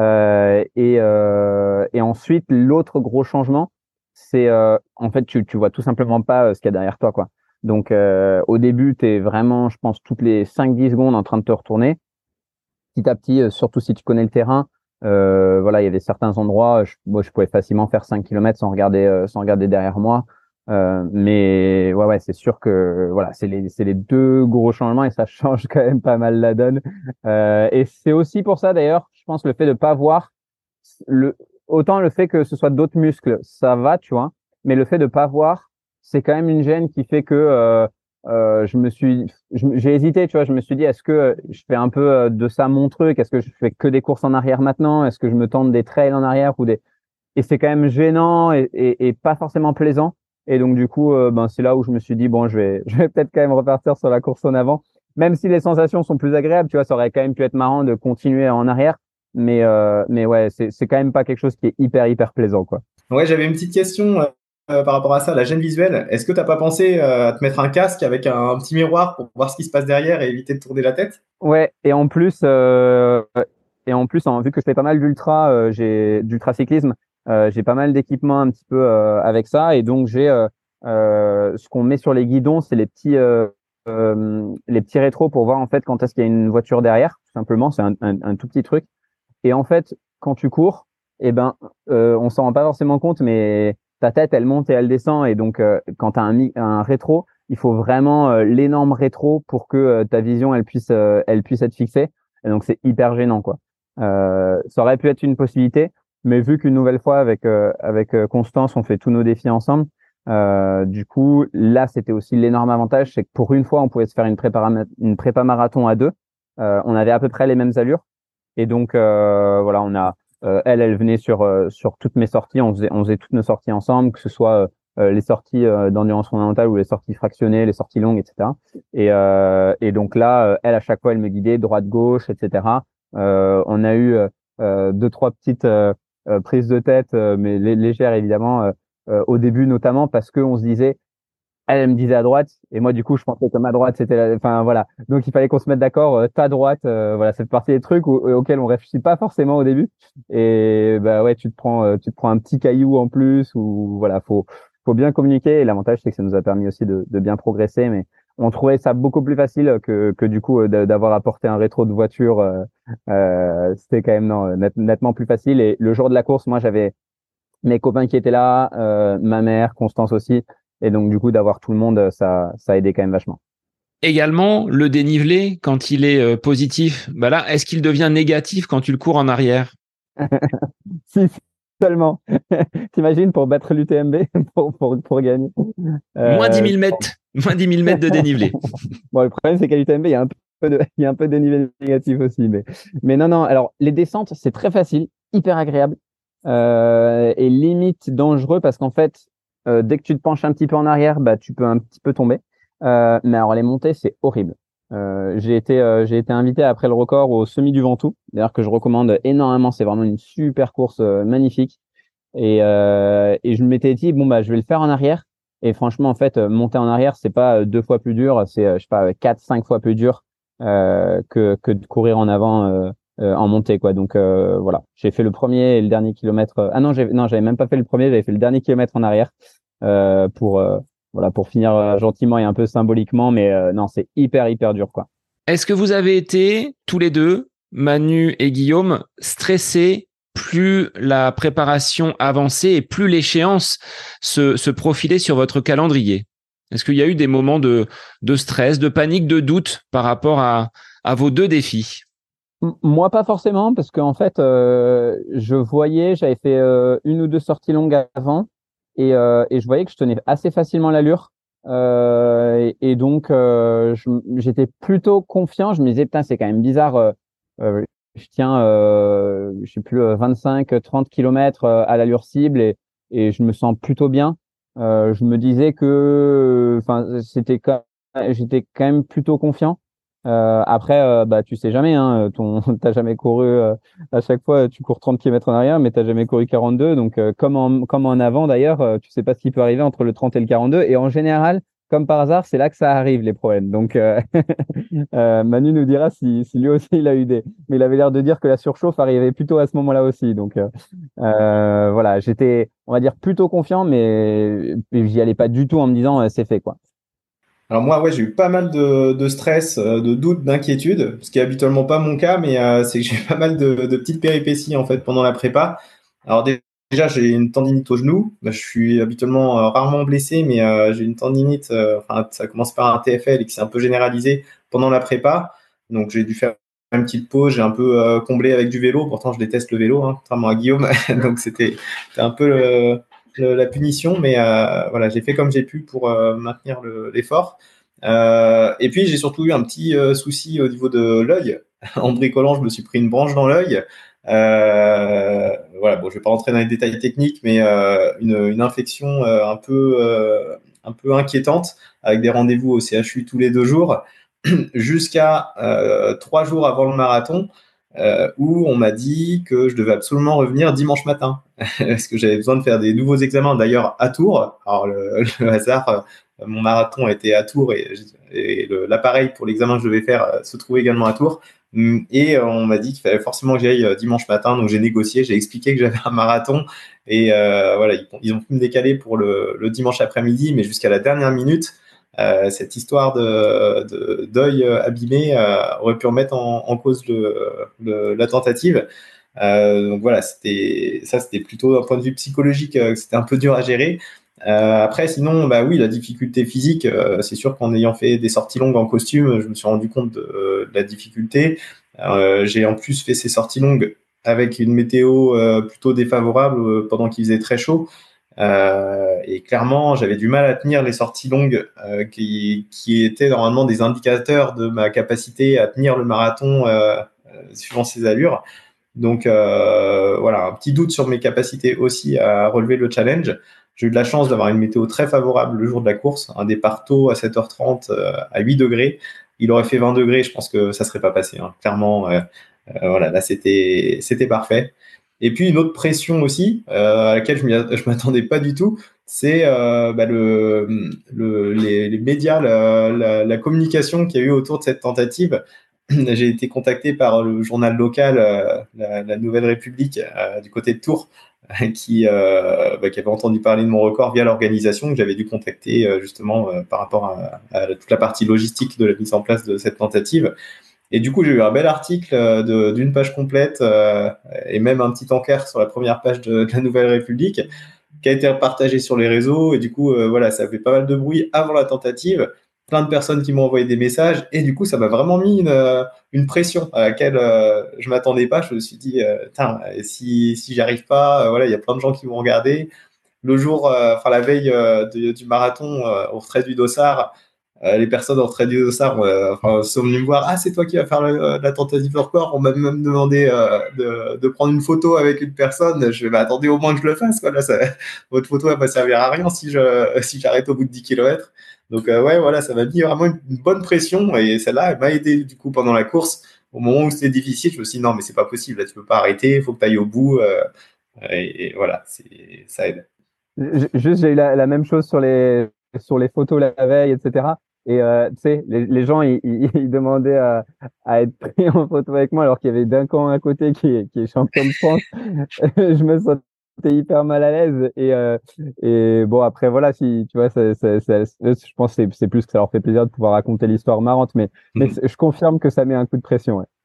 B: Et ensuite, l'autre gros changement, c'est en fait, tu vois tout simplement pas ce qu'il y a derrière toi, quoi. Donc, au début, tu es vraiment, je pense, toutes les 5-10 secondes en train de te retourner. Petit à petit, surtout si tu connais le terrain, voilà, il y avait certains endroits, moi, je pouvais facilement faire 5 kilomètres sans regarder derrière moi. Mais ouais, c'est sûr que voilà, c'est les deux gros changements et ça change quand même pas mal la donne. Et c'est aussi pour ça d'ailleurs, je pense le fait de pas voir le autant le fait que ce soit d'autres muscles, ça va, tu vois, mais le fait de pas voir, c'est quand même une gêne qui fait que j'ai hésité, tu vois, je me suis dit est-ce que je fais un peu de ça mon truc, est-ce que je fais que des courses en arrière maintenant, est-ce que je me tente des trails en arrière ou des et c'est quand même gênant et pas forcément plaisant. Et donc, du coup, ben, c'est là où je me suis dit, bon, je vais peut-être quand même repartir sur la course en avant. Même si les sensations sont plus agréables, tu vois, ça aurait quand même pu être marrant de continuer en arrière. Mais ouais, c'est quand même pas quelque chose qui est hyper plaisant, quoi.
C: Ouais, j'avais une petite question par rapport à ça, la gêne visuelle. Est-ce que tu n'as pas pensé à te mettre un casque avec un petit miroir pour voir ce qui se passe derrière et éviter de tourner la tête?
B: Ouais, vu que je fais pas mal d'ultra, j'ai d'ultra cyclisme, j'ai pas mal d'équipements un petit peu avec ça, et donc j'ai ce qu'on met sur les guidons, c'est les petits rétros pour voir en fait quand est-ce qu'il y a une voiture derrière, tout simplement, c'est un tout petit truc. Et en fait, quand tu cours, eh ben, on s'en rend pas forcément compte, mais ta tête, elle monte et elle descend. Et donc, quand tu as un rétro, il faut vraiment l'énorme rétro pour que ta vision, elle puisse être fixée. Et donc, c'est hyper gênant, quoi. Ça aurait pu être une possibilité, mais vu qu'une nouvelle fois, avec Constance, on fait tous nos défis ensemble, du coup, là, c'était aussi l'énorme avantage, c'est que pour une fois, on pouvait se faire une prépa marathon à deux. On avait à peu près les mêmes allures. Et donc voilà, elle venait sur toutes mes sorties, on faisait toutes nos sorties ensemble, que ce soit les sorties d'endurance fondamentale ou les sorties fractionnées, les sorties longues, etc. Et donc là, elle à chaque fois, elle me guidait droite gauche, etc. On a eu deux trois petites prises de tête, mais légères évidemment au début notamment parce que on se disait elle me disait à droite, et moi, du coup, je pensais que ma droite, enfin, voilà. Donc, il fallait qu'on se mette d'accord, ta droite, voilà, cette partie des trucs auxquels on réfléchit pas forcément au début. Et, bah, ouais, tu te prends un petit caillou en plus, ou, voilà, faut bien communiquer. Et l'avantage, c'est que ça nous a permis aussi de bien progresser, mais on trouvait ça beaucoup plus facile que du coup, d'avoir apporté un rétro de voiture, c'était quand même, non, nettement plus facile. Et le jour de la course, moi, j'avais mes copains qui étaient là, ma mère, Constance aussi. Et donc, du coup, d'avoir tout le monde, ça a aidé quand même vachement.
A: Également, le dénivelé, quand il est positif, bah là, est-ce qu'il devient négatif quand tu le cours en arrière?
B: Si, seulement. T'imagines pour battre l'UTMB, pour gagner.
A: Moins 10
B: Euh,
A: 000 mètres, moins 10 000 mètres de dénivelé.
B: bon, le problème, c'est qu'à l'UTMB, il y a un peu de dénivelé négatif aussi. Mais non, non. Alors, les descentes, c'est très facile, hyper agréable, et limite dangereux parce qu'en fait, dès que tu te penches un petit peu en arrière, bah, tu peux un petit peu tomber. Mais alors, les montées, c'est horrible. J'ai été invité après le record au Semi du Ventoux, d'ailleurs que je recommande énormément. C'est vraiment une super course magnifique. Et je m'étais dit, bon, bah, je vais le faire en arrière. Et franchement, en fait, monter en arrière, c'est pas 2 fois plus dur, c'est, je sais pas, 4-5 fois plus dur que de courir en avant en montée, quoi. Donc voilà, j'ai fait le premier et le dernier kilomètre. Ah non, j'avais même pas fait le premier, j'avais fait le dernier kilomètre en arrière pour voilà, pour finir gentiment et un peu symboliquement. Mais non, c'est hyper dur, quoi.
A: Est-ce que vous avez été tous les deux, Manu et Guillaume, stressés plus la préparation avançait et plus l'échéance se profilait sur votre calendrier? Est-ce qu'il y a eu des moments de stress, de panique, de doute par rapport à vos deux défis?
B: Moi, pas forcément, parce qu'en fait, j'avais fait une ou deux sorties longues avant, et je voyais que je tenais assez facilement l'allure. Et donc, j'étais plutôt confiant. Je me disais, putain, c'est quand même bizarre. Je tiens, je sais plus, 25-30 kilomètres à l'allure cible et je me sens plutôt bien. Je me disais que, enfin, j'étais quand même plutôt confiant. Après, bah, tu sais jamais, hein, t'as jamais couru, à chaque fois, tu cours 30 kilomètres en arrière, mais t'as jamais couru 42. Donc, comme en avant d'ailleurs, tu sais pas ce qui peut arriver entre le 30 et le 42. Et en général, comme par hasard, c'est là que ça arrive, les problèmes. Donc, Manu nous dira si lui aussi il a eu mais il avait l'air de dire que la surchauffe arrivait plutôt à ce moment-là aussi. Donc, voilà, j'étais, on va dire, plutôt confiant, mais j'y allais pas du tout en me disant, c'est fait, quoi.
C: Alors moi, ouais, j'ai eu pas mal de stress, de doutes, d'inquiétudes, ce qui est habituellement pas mon cas, mais c'est que j'ai eu pas mal de petites péripéties en fait pendant la prépa. Alors déjà, j'ai une tendinite au genou. Bah, je suis habituellement rarement blessé, mais j'ai une tendinite. Enfin, ça commence par un TFL et qui s'est un peu généralisé pendant la prépa. Donc j'ai dû faire une petite pause. J'ai un peu comblé avec du vélo. Pourtant, je déteste le vélo, hein, contrairement à Guillaume. Donc c'était un peu la punition, mais voilà, j'ai fait comme j'ai pu pour maintenir l'effort. Et puis j'ai surtout eu un petit souci au niveau de l'œil. En bricolant, je me suis pris une branche dans l'œil. Voilà, bon, je vais pas rentrer dans les détails techniques, mais une infection un peu inquiétante, avec des rendez-vous au CHU tous les 2 jours, jusqu'à 3 jours avant le marathon, où on m'a dit que je devais absolument revenir dimanche matin, parce que j'avais besoin de faire des nouveaux examens, d'ailleurs à Tours. Alors le hasard, mon marathon était à Tours et l'appareil pour l'examen que je devais faire se trouvait également à Tours. Et on m'a dit qu'il fallait forcément que j'aille dimanche matin, donc j'ai négocié, j'ai expliqué que j'avais un marathon et voilà, ils ont pu me décaler pour le dimanche après-midi, mais jusqu'à la dernière minute, cette histoire d'œil abîmé aurait pu remettre en cause la tentative. Donc voilà, c'était plutôt d'un point de vue psychologique, c'était un peu dur à gérer. Après, sinon, bah oui, la difficulté physique, c'est sûr qu'en ayant fait des sorties longues en costume, je me suis rendu compte de la difficulté. J'ai en plus fait ces sorties longues avec une météo plutôt défavorable pendant qu'il faisait très chaud. Et clairement, j'avais du mal à tenir les sorties longues qui étaient normalement des indicateurs de ma capacité à tenir le marathon suivant ses allures. Donc voilà, un petit doute sur mes capacités aussi à relever le challenge. J'ai eu de la chance d'avoir une météo très favorable le jour de la course, un départ tôt à 7h30 à 8 degrés. Il aurait fait 20 degrés, je pense que ça serait pas passé, hein. Clairement, voilà, là c'était parfait. Et puis une autre pression aussi, à laquelle je m'attendais pas du tout, c'est bah, les médias, la communication qu'il y a eu autour de cette tentative. J'ai été contacté par le journal local, la Nouvelle République, du côté de Tours, qui avait entendu parler de mon record via l'organisation, que j'avais dû contacter justement par rapport à toute la partie logistique de la mise en place de cette tentative. Et du coup, j'ai eu un bel article d'une page complète et même un petit encart sur la première page de la Nouvelle République qui a été partagé sur les réseaux. Et du coup, voilà, ça fait pas mal de bruit avant la tentative. Plein de personnes qui m'ont envoyé des messages. Et du coup, ça m'a vraiment mis une pression à laquelle je m'attendais pas. Je me suis dit, si j'y arrive pas, voilà, il y a plein de gens qui vont regarder. Le jour, enfin la veille du marathon au retrait du Dossard, les personnes au retrait du Dossard sont venues me voir. Ah, c'est toi qui vas faire la tentative de record. On m'a même demandé de prendre une photo avec une personne. Je vais m'attendre au moins que je le fasse, quoi. Là, votre photo elle va servir à rien si j'arrête au bout de 10 km. Donc ouais, voilà, ça m'a mis vraiment une bonne pression et celle-là, elle m'a aidé du coup pendant la course. Au moment où c'était difficile, je me suis dit non, mais c'est pas possible, là, tu peux pas arrêter, il faut que tu ailles au bout. Et voilà, ça aide.
B: Juste, j'ai eu la même chose sur les photos la veille, etc. Et tu sais, les gens, ils demandaient à être pris en photo avec moi alors qu'il y avait Duncan à côté qui est champion de France. Je me sentais hyper mal à l'aise. Et bon, après, voilà, si tu vois, je pense que c'est plus que ça leur fait plaisir de pouvoir raconter l'histoire marrante. Mais je confirme que ça met un coup de pression. Ouais.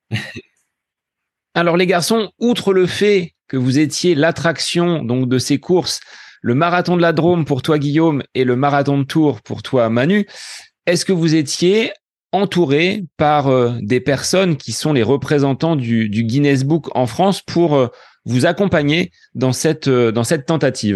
A: Alors les garçons, outre le fait que vous étiez l'attraction donc de ces courses, le marathon de la Drôme pour toi Guillaume et le marathon de Tours pour toi Manu, est-ce que vous étiez entouré par des personnes qui sont les représentants du Guinness Book en France pour vous accompagner dans cette tentative ?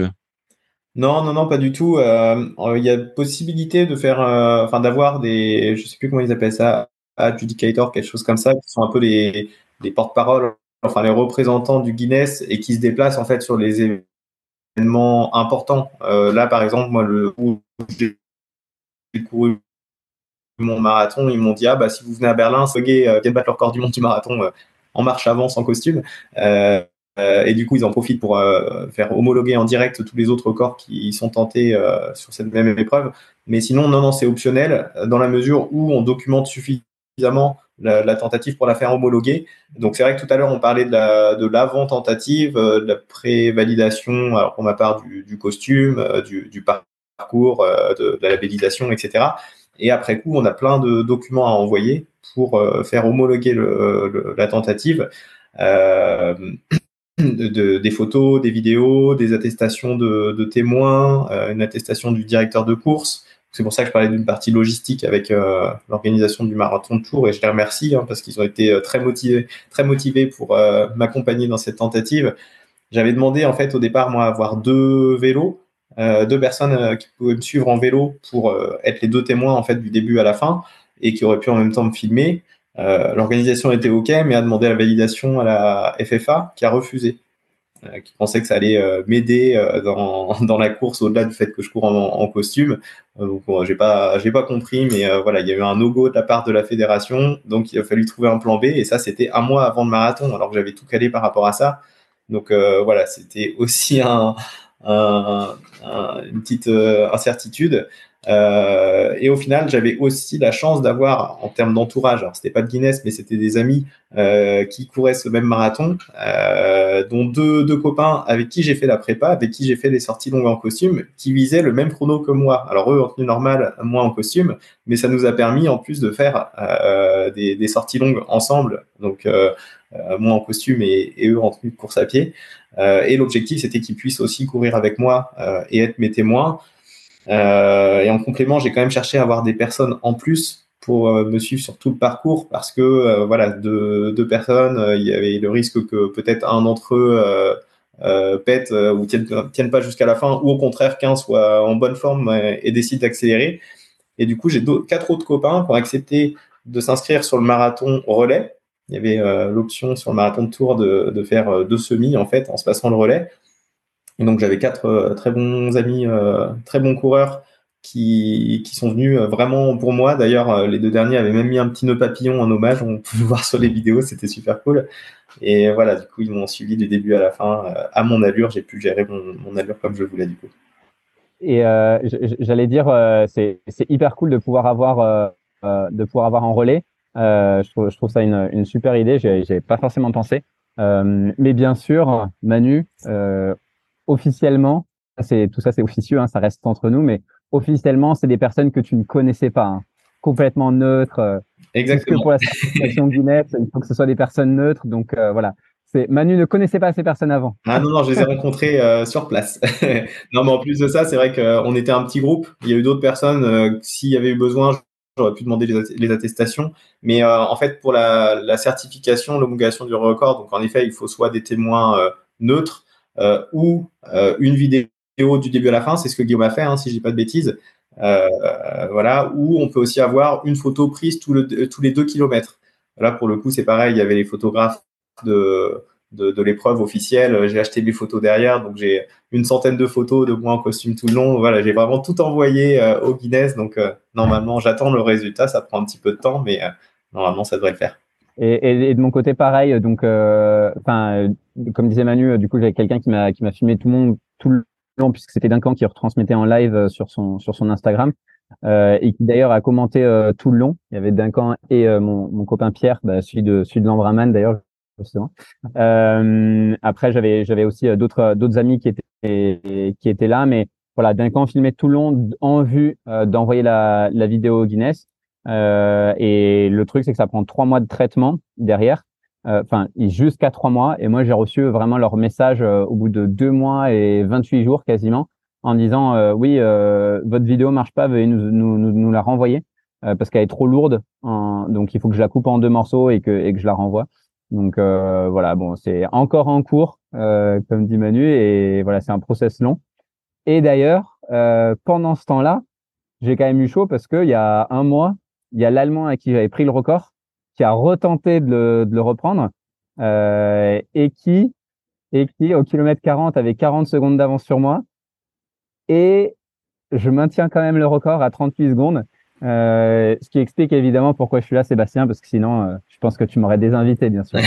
C: Non, non, non, pas du tout. Il y a possibilité de faire, enfin, d'avoir des, je sais plus comment ils appellent ça, adjudicators, quelque chose comme ça, qui sont un peu les porte-paroles, enfin les représentants du Guinness et qui se déplacent en fait sur les événements importants. Là, par exemple, moi, le où j'ai couru mon marathon, ils m'ont dit ah bah si vous venez à Berlin, Sogé viennent battre leur record du monde du marathon en marche avant sans costume. Et du coup, ils en profitent pour faire homologuer en direct tous les autres records qui sont tentés sur cette même épreuve. Mais sinon, non, non, c'est optionnel dans la mesure où on documente suffisamment la tentative pour la faire homologuer. Donc, c'est vrai que tout à l'heure, on parlait de l'avant-tentative, de la pré-validation, alors pour ma part, du costume, du parcours, de la labellisation, etc. Et après coup, on a plein de documents à envoyer pour faire homologuer la tentative. Euh, des photos, des vidéos, des attestations de témoins, une attestation du directeur de course. C'est pour ça que je parlais d'une partie logistique avec l'organisation du marathon de Tours et je les remercie parce qu'ils ont été très motivés pour m'accompagner dans cette tentative. J'avais demandé en fait au départ moi avoir deux vélos, deux personnes qui pouvaient me suivre en vélo pour être les deux témoins en fait du début à la fin et qui auraient pu en même temps me filmer. L'organisation était OK, mais a demandé la validation à la FFA qui a refusé, qui pensait que ça allait m'aider dans la course au-delà du fait que je cours en costume. Donc bon, j'ai pas compris, mais voilà, il y a eu un no-go de la part de la fédération, donc il a fallu trouver un plan B et ça c'était un mois avant le marathon, alors que j'avais tout calé par rapport à ça. Donc voilà, c'était aussi une petite incertitude. Et au final, j'avais aussi la chance d'avoir, en termes d'entourage, alors c'était pas de Guinness, mais c'était des amis qui couraient ce même marathon, dont deux copains avec qui j'ai fait la prépa, avec qui j'ai fait des sorties longues en costume, qui visaient le même chrono que moi. Alors eux en tenue normale, moi en costume, mais ça nous a permis en plus de faire des sorties longues ensemble. Donc moi en costume et eux en tenue de course à pied. Et l'objectif, c'était qu'ils puissent aussi courir avec moi et être mes témoins. Et en complément, j'ai quand même cherché à avoir des personnes en plus pour me suivre sur tout le parcours parce que voilà, deux personnes, il y avait le risque que peut-être un d'entre eux pète ou tienne pas jusqu'à la fin, ou au contraire qu'un soit en bonne forme et décide d'accélérer. Et du coup, j'ai quatre autres copains qui ont accepté de s'inscrire sur le marathon relais. Il y avait l'option sur le marathon de Tours de faire deux semis en fait en se passant le relais. Et donc j'avais quatre très bons amis, très bons coureurs qui sont venus vraiment pour moi. D'ailleurs, les deux derniers avaient même mis un petit nœud papillon en hommage. On peut le voir sur les vidéos, c'était super cool. Et voilà, du coup, ils m'ont suivi du début à la fin à mon allure. J'ai pu gérer mon allure comme je voulais du coup.
B: Et j'allais dire, c'est hyper cool de pouvoir avoir en relais. Je trouve ça une super idée. J'ai pas forcément pensé. Mais bien sûr, Manu, officiellement, tout ça, c'est officieux, hein, ça reste entre nous, mais officiellement, c'est des personnes que tu ne connaissais pas, hein, complètement neutres. Puisque
C: Exactement.
B: pour la certification Guinness, il faut que ce soit des personnes neutres. Donc voilà. Manu ne connaissait pas ces personnes avant.
C: Ah non, non, je les ai rencontrés sur place. Non, mais en plus de ça, c'est vrai qu'on était un petit groupe. Il y a eu d'autres personnes. S'il y avait eu besoin, j'aurais pu demander les attestations. Mais en fait, pour la certification, l'homologation du record, donc en effet, il faut soit des témoins neutres ou une vidéo du début à la fin. C'est ce que Guillaume a fait, hein, si je dis pas de bêtises. Voilà. Ou on peut aussi avoir une photo prise tous les 2 kilomètres. Là, pour le coup, c'est pareil. Il y avait les photographes de l'épreuve officielle. J'ai acheté des photos derrière, donc j'ai une centaine de photos de moi en costume tout le long. Voilà, j'ai vraiment tout envoyé au Guinness, donc normalement j'attends le résultat, ça prend un petit peu de temps, mais normalement ça devrait le faire.
B: Et de mon côté, pareil. Donc, comme disait Manu, du coup, j'avais quelqu'un qui m'a filmé tout le long, puisque c'était Duncan qui retransmettait en live sur son Instagram, et qui d'ailleurs a commenté tout le long. Il y avait Duncan et mon copain Pierre, celui de l'Ambraman d'ailleurs, justement. Après, j'avais aussi d'autres amis qui étaient là, mais voilà, Duncan filmait tout le long en vue d'envoyer la vidéo au Guinness. Et le truc, c'est que ça prend 3 mois de traitement derrière, jusqu'à 3 mois. Et moi, j'ai reçu vraiment leur message au bout de 2 mois et 28 jours quasiment, en disant oui, votre vidéo marche pas, veuillez nous la renvoyer parce qu'elle est trop lourde. Donc, il faut que je la coupe en 2 morceaux et que je la renvoie. Donc voilà, bon, c'est encore en cours, comme dit Manu, et voilà, c'est un process long. Et d'ailleurs, pendant ce temps-là, j'ai quand même eu chaud parce qu'il y a un mois, il y a l'Allemand à qui j'avais pris le record qui a retenté de le reprendre et qui, au kilomètre 40, avait 40 secondes d'avance sur moi. Et je maintiens quand même le record à 38 secondes. Ce qui explique évidemment pourquoi je suis là, Sébastien, parce que sinon, je pense que tu m'aurais désinvité, bien sûr.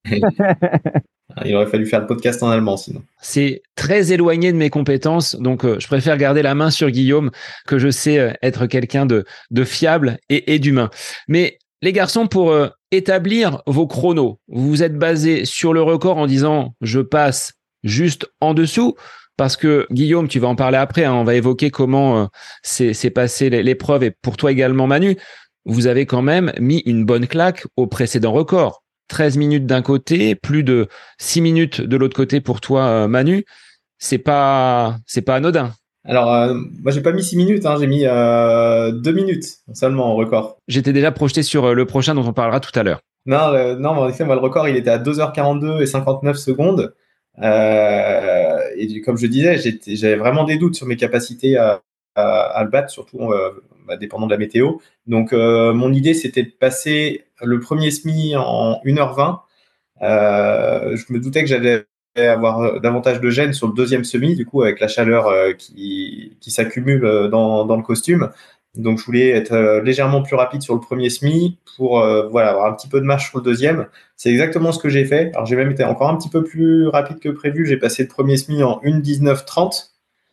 C: Il aurait fallu faire le podcast en allemand sinon.
A: C'est très éloigné de mes compétences, donc je préfère garder la main sur Guillaume, que je sais être quelqu'un de fiable et d'humain. Mais les garçons, pour établir vos chronos, vous vous êtes basé sur le record en disant « je passe juste en dessous », parce que Guillaume, tu vas en parler après, hein, on va évoquer comment s'est passée l'épreuve, et pour toi également Manu, vous avez quand même mis une bonne claque au précédent record. 13 minutes d'un côté, plus de 6 minutes de l'autre côté pour toi, Manu. C'est pas anodin.
C: Alors, moi, j'ai pas mis 6 minutes, hein, j'ai mis 2 minutes seulement en record.
A: J'étais déjà projeté sur le prochain dont on parlera tout à l'heure.
C: Non, en effet, moi, le record, il était à 2h42 et 59 secondes. Et comme je disais, j'avais vraiment des doutes sur mes capacités à le battre, surtout dépendant de la météo. Donc, mon idée, c'était de passer le premier semi en 1h20. Je me doutais que j'allais avoir davantage de gêne sur le deuxième semi, du coup, avec la chaleur qui s'accumule dans le costume. Donc, je voulais être légèrement plus rapide sur le premier semi pour avoir un petit peu de marche sur le deuxième. C'est exactement ce que j'ai fait. Alors, j'ai même été encore un petit peu plus rapide que prévu. J'ai passé le premier semi en 1:19:30.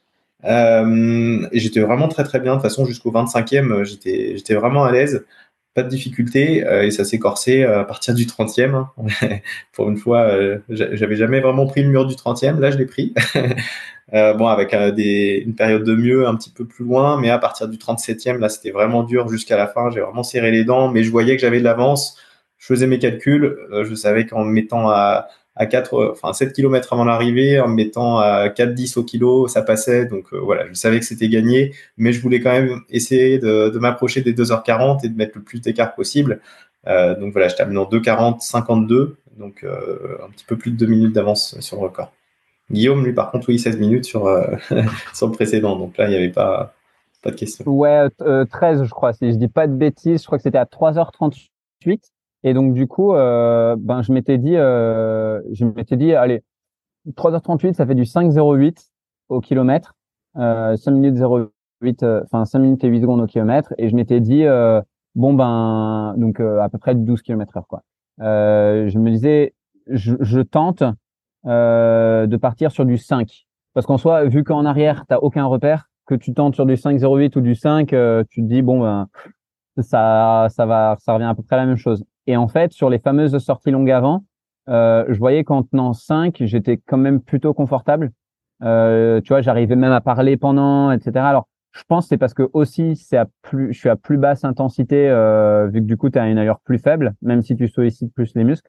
C: Et j'étais vraiment très très bien. De toute façon, jusqu'au 25e, j'étais vraiment à l'aise. Pas de difficulté, et ça s'est corsé à partir du 30e. Hein. Pour une fois, j'avais jamais vraiment pris le mur du 30e. Là, je l'ai pris. Avec une période de mieux un petit peu plus loin, mais à partir du 37e, là, c'était vraiment dur jusqu'à la fin. J'ai vraiment serré les dents, mais je voyais que j'avais de l'avance. Je faisais mes calculs. Je savais qu'en me mettant à 7 km avant l'arrivée, en me mettant à 4,10 au kilo, ça passait. Donc voilà, je savais que c'était gagné, mais je voulais quand même essayer de m'approcher des 2h40 et de mettre le plus d'écart possible. Donc voilà, je termine en 2:40,52, donc un petit peu plus de 2 minutes d'avance sur le record. Guillaume, lui, par contre, oui, 16 minutes sur le précédent. Donc là, il n'y avait pas de question.
B: Ouais, 13, je crois, si je dis pas de bêtises. Je crois que c'était à 3h38. Et donc, du coup, je m'étais dit, allez, 3h38, ça fait du 5,08 au kilomètre, 5 minutes 0,8, 5 minutes et 8 secondes au kilomètre. Et je m'étais dit, à peu près 12 km/h, quoi. Je me disais, je tente de partir sur du 5. Parce qu'en soi, vu qu'en arrière, t'as aucun repère, que tu tentes sur du 5,08 ou du 5, tu te dis, ça revient à peu près à la même chose. Et en fait, sur les fameuses sorties longues avant, je voyais qu'en tenant 5, j'étais quand même plutôt confortable. Tu vois, j'arrivais même à parler pendant, etc. Alors, je pense que c'est parce que aussi je suis à plus basse intensité, vu que du coup, tu as une allure plus faible, même si tu sollicites plus les muscles.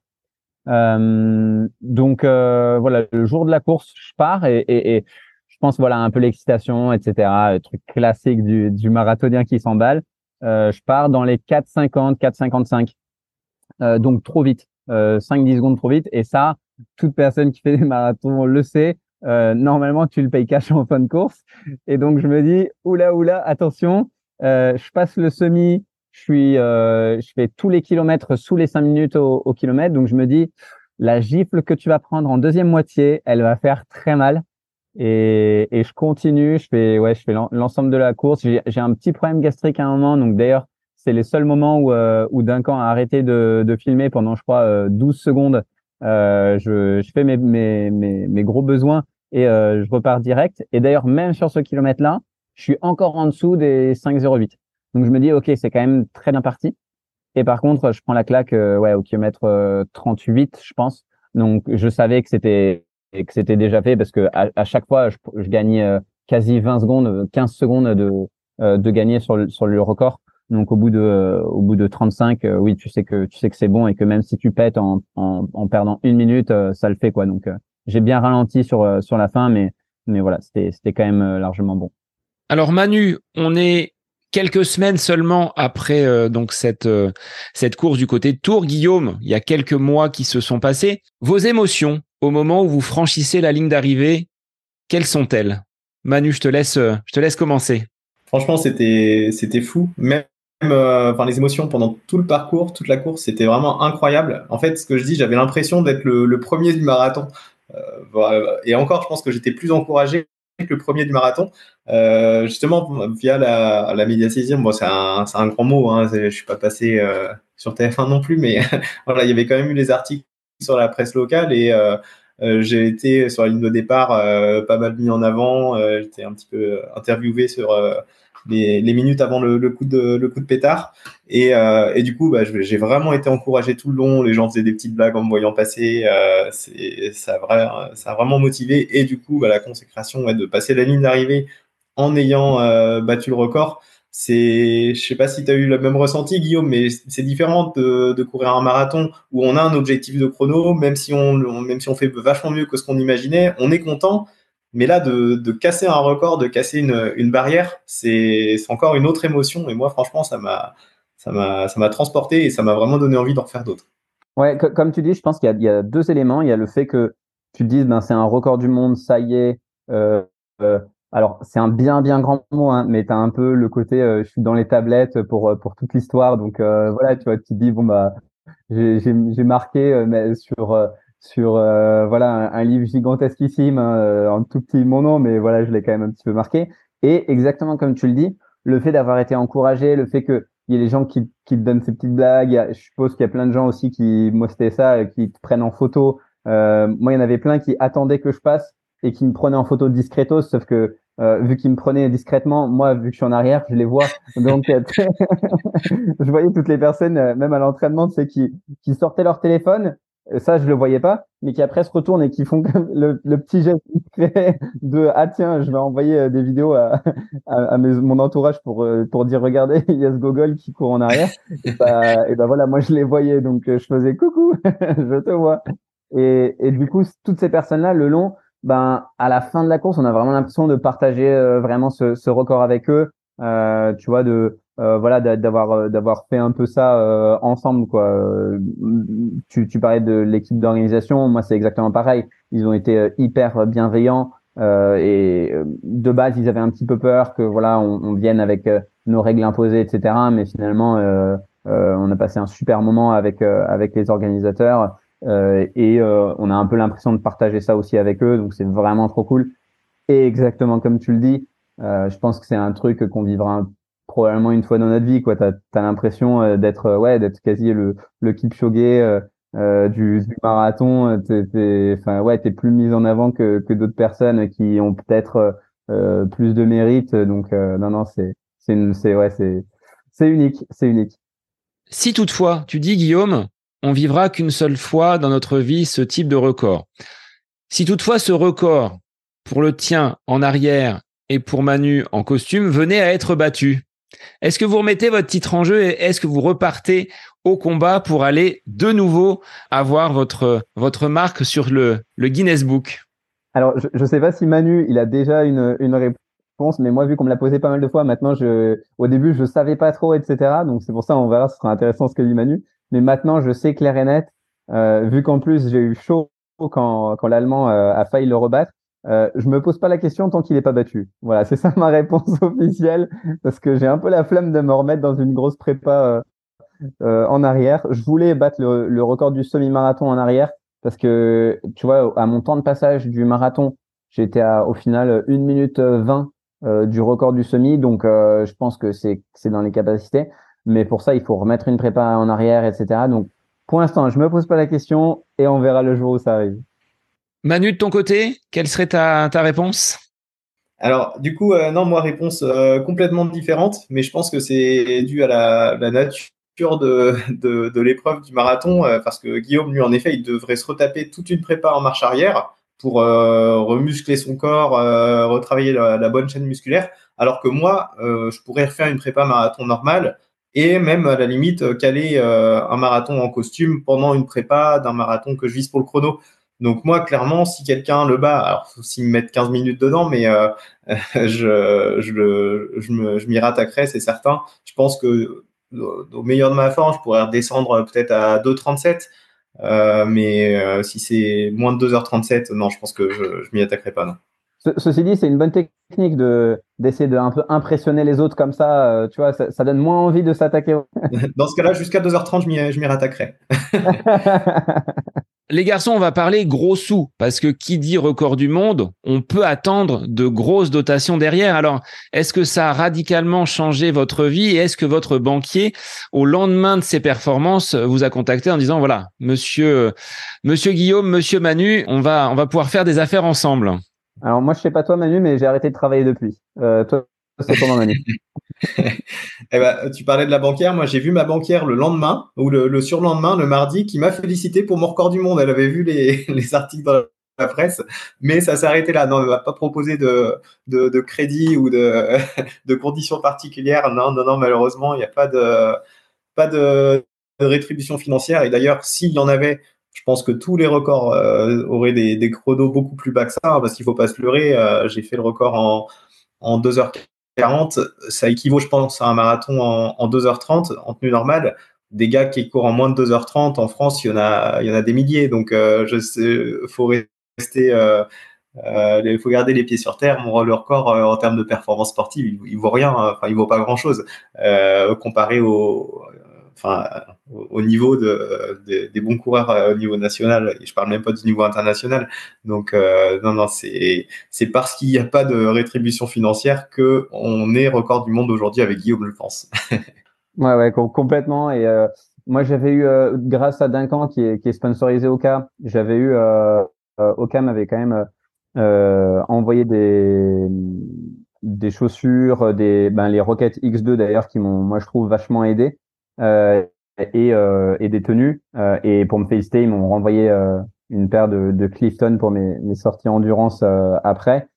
B: Voilà, le jour de la course, je pars et je pense, voilà, un peu l'excitation, etc. Le truc classique du marathonien qui s'emballe. Je pars dans les 4,50, 4,55. Donc trop vite, 5-10 secondes trop vite. Et ça, toute personne qui fait des marathons le sait. Normalement, tu le payes cash en fin de course. Et donc, je me dis, oula, attention, je passe le semi, je fais tous les kilomètres sous les 5 minutes au kilomètre. Donc, je me dis, la gifle que tu vas prendre en deuxième moitié, elle va faire très mal. Et je continue, je fais l'ensemble de la course. J'ai un petit problème gastrique à un moment. Donc, d'ailleurs, c'est les seuls moments où Duncan a arrêté de filmer pendant, je crois, 12 secondes. Je fais mes gros besoins et je repars direct. Et d'ailleurs, même sur ce kilomètre-là, je suis encore en dessous des 5,08. Donc, je me dis, OK, c'est quand même très bien parti. Et par contre, je prends la claque au kilomètre 38, je pense. Donc, je savais que c'était déjà fait parce que à chaque fois, je gagnais quasi 20 secondes, 15 secondes de gagner sur le record. Donc, au bout de 35, oui, tu sais que c'est bon et que même si tu pètes en perdant une minute, ça le fait, quoi. Donc, j'ai bien ralenti sur la fin, mais voilà, c'était quand même largement bon.
A: Alors, Manu, on est quelques semaines seulement après donc cette course du côté de Tours. Guillaume, il y a quelques mois qui se sont passés. Vos émotions au moment où vous franchissez la ligne d'arrivée, quelles sont-elles? Manu, je te laisse commencer.
C: Franchement, c'était fou. Même les émotions pendant tout le parcours, toute la course, c'était vraiment incroyable. En fait, ce que je dis, j'avais l'impression d'être le premier du marathon. Voilà. Et encore, je pense que j'étais plus encouragé que le premier du marathon. Justement, via la médiatisation, bon, c'est un grand mot, hein, je suis pas passé sur TF1 non plus, mais voilà, il y avait quand même eu les articles sur la presse locale et j'ai été sur la ligne de départ pas mal mis en avant. J'étais un petit peu interviewé sur les minutes avant le coup de pétard. Et du coup, j'ai vraiment été encouragé tout le long. Les gens faisaient des petites blagues en me voyant passer. Ça a vraiment motivé. Et du coup, la consécration de passer la ligne d'arrivée en ayant battu le record, je sais pas si tu as eu le même ressenti, Guillaume, mais c'est différent de courir un marathon où on a un objectif de chrono, même si on fait vachement mieux que ce qu'on imaginait, on est content. Mais là, de casser un record, de casser une barrière, c'est encore une autre émotion. Et moi, franchement, ça m'a transporté et ça m'a vraiment donné envie d'en refaire d'autres.
B: Ouais, comme tu dis, je pense qu'il y a deux éléments. Il y a le fait que tu te dises, ben, c'est un record du monde, ça y est. Euh, euh, alors, c'est un bien grand mot, hein, mais tu as un peu le côté, je suis dans les tablettes pour toute l'histoire. Donc, voilà, tu vois, tu te dis, bon, bah, j'ai marqué mais sur voilà un livre gigantesquissime, hein, en tout petit mon nom, mais voilà, je l'ai quand même un petit peu marqué. Et exactement comme tu le dis, le fait d'avoir été encouragé, le fait que il y ait les gens qui te donnent ces petites blagues, je suppose qu'il y a plein de gens aussi qui, moi c'était ça, qui te prennent en photo. Moi, il y en avait plein qui attendaient que je passe et qui me prenaient en photo discretos, sauf que vu qu'ils me prenaient discrètement, moi, vu que je suis en arrière, je les vois. Donc, je voyais toutes les personnes, même à l'entraînement, tu sais, qui sortaient leur téléphone. Ça, je le voyais pas, mais qui après se retournent et qui font comme le petit geste discret de ah tiens, je vais envoyer des vidéos mon entourage pour dire regardez, il y a ce gogol qui court en arrière. Et bah voilà, moi je les voyais, donc je faisais coucou, je te vois. Et du coup, toutes ces personnes-là, le long, ben à la fin de la course, on a vraiment l'impression de partager vraiment ce record avec eux. Tu vois, voilà, d'avoir fait un peu ça ensemble, quoi. Tu parlais de l'équipe d'organisation, moi c'est exactement pareil. Ils ont été hyper bienveillants et de base ils avaient un petit peu peur que voilà on vienne avec nos règles imposées, etc. Mais finalement on a passé un super moment avec les organisateurs et on a un peu l'impression de partager ça aussi avec eux, donc c'est vraiment trop cool. Et exactement comme tu le dis, je pense que c'est un truc qu'on vivra probablement une fois dans notre vie, quoi. T'as l'impression d'être quasi le Kipchoge du marathon. Enfin, ouais, t'es plus mis en avant que d'autres personnes qui ont peut-être plus de mérite. Donc, non, non, c'est unique, c'est unique.
A: Si toutefois, tu dis, Guillaume, on vivra qu'une seule fois dans notre vie ce type de record. Si toutefois ce record, pour le tien en arrière et pour Manu en costume, venait à être battu, est-ce que vous remettez votre titre en jeu et est-ce que vous repartez au combat pour aller de nouveau avoir votre marque sur le Guinness Book?
B: Alors, je sais pas si Manu, il a déjà une réponse, mais moi, vu qu'on me l'a posé pas mal de fois, maintenant, au début, je savais pas trop, etc. Donc, c'est pour ça, on verra, ce sera intéressant ce que dit Manu. Mais maintenant, je sais clair et net, vu qu'en plus, j'ai eu chaud quand l'Allemand a failli le rebattre. Je me pose pas la question tant qu'il est pas battu. Voilà, c'est ça ma réponse officielle, parce que j'ai un peu la flamme de me remettre dans une grosse prépa en arrière. Je voulais battre le record du semi-marathon en arrière parce que, tu vois, à mon temps de passage du marathon, j'étais au final 1 minute 20 du record du semi. Donc, je pense que c'est dans les capacités. Mais pour ça, il faut remettre une prépa en arrière, etc. Donc, pour l'instant, je me pose pas la question et on verra le jour où ça arrive.
A: Manu, de ton côté, quelle serait ta réponse?
C: Alors, du coup, non, moi, réponse complètement différente, mais je pense que c'est dû à la nature de l'épreuve du marathon, parce que Guillaume, lui, en effet, il devrait se retaper toute une prépa en marche arrière pour remuscler son corps, retravailler la bonne chaîne musculaire, alors que moi, je pourrais refaire une prépa marathon normale et même, à la limite, caler un marathon en costume pendant une prépa d'un marathon que je vise pour le chrono. Donc moi, clairement, si quelqu'un le bat, alors faut s'il me met 15 minutes dedans, mais je m'y rattaquerai, c'est certain. Je pense que au meilleur de ma forme, je pourrais redescendre peut-être à 2h37. Mais si c'est moins de 2h37, non, je pense que je m'y attaquerai pas, non.
B: Ceci dit, c'est une bonne technique d'essayer de un peu impressionner les autres comme ça. Tu vois, ça donne moins envie de s'attaquer.
C: Dans ce cas-là, jusqu'à 2h30, je m'y rattaquerai.
A: Les garçons, on va parler gros sous, parce que qui dit record du monde, on peut attendre de grosses dotations derrière. Alors, est-ce que ça a radicalement changé votre vie et est-ce que votre banquier, au lendemain de ces performances, vous a contacté en disant, voilà, monsieur Guillaume, monsieur Manu, on va pouvoir faire des affaires ensemble?
B: Alors moi, je sais pas toi, Manu, mais j'ai arrêté de travailler depuis. Toi, c'est comment, Manu?
C: Eh ben, tu parlais de la banquière. Moi, j'ai vu ma banquière le lendemain ou le surlendemain, le mardi, qui m'a félicité pour mon record du monde. Elle avait vu les articles dans la presse, mais ça s'est arrêté là. Non, elle m'a pas proposé de crédit ou de conditions particulières. Non, non, non, malheureusement, il n'y a pas de rétribution financière. Et d'ailleurs, s'il y en avait, je pense que tous les records auraient des chronos beaucoup plus bas que ça, hein, parce qu'il faut pas se leurrer. J'ai fait le record en 2h40, ça équivaut, je pense, à un marathon en 2h30 en tenue normale. Des gars qui courent en moins de 2h30 en France, il y en a des milliers. Donc, faut rester, il faut garder les pieds sur terre. Le record en termes de performance sportive, il vaut rien. Enfin, il vaut pas grand chose comparé au niveau des bons coureurs au niveau national. Et je parle même pas du niveau international. Donc, non, non, c'est parce qu'il n'y a pas de rétribution financière que on est record du monde aujourd'hui avec Guillaume, je pense.
B: Ouais, complètement. Et moi, j'avais eu, grâce à Duncan qui est sponsorisé Oka, j'avais eu, Oka m'avait quand même envoyé des chaussures, les Rocket X2 d'ailleurs, qui m'ont, moi, je trouve, vachement aidé, euh, et des tenues. Et pour me féliciter, ils m'ont renvoyé une paire de Clifton pour mes sorties endurance après.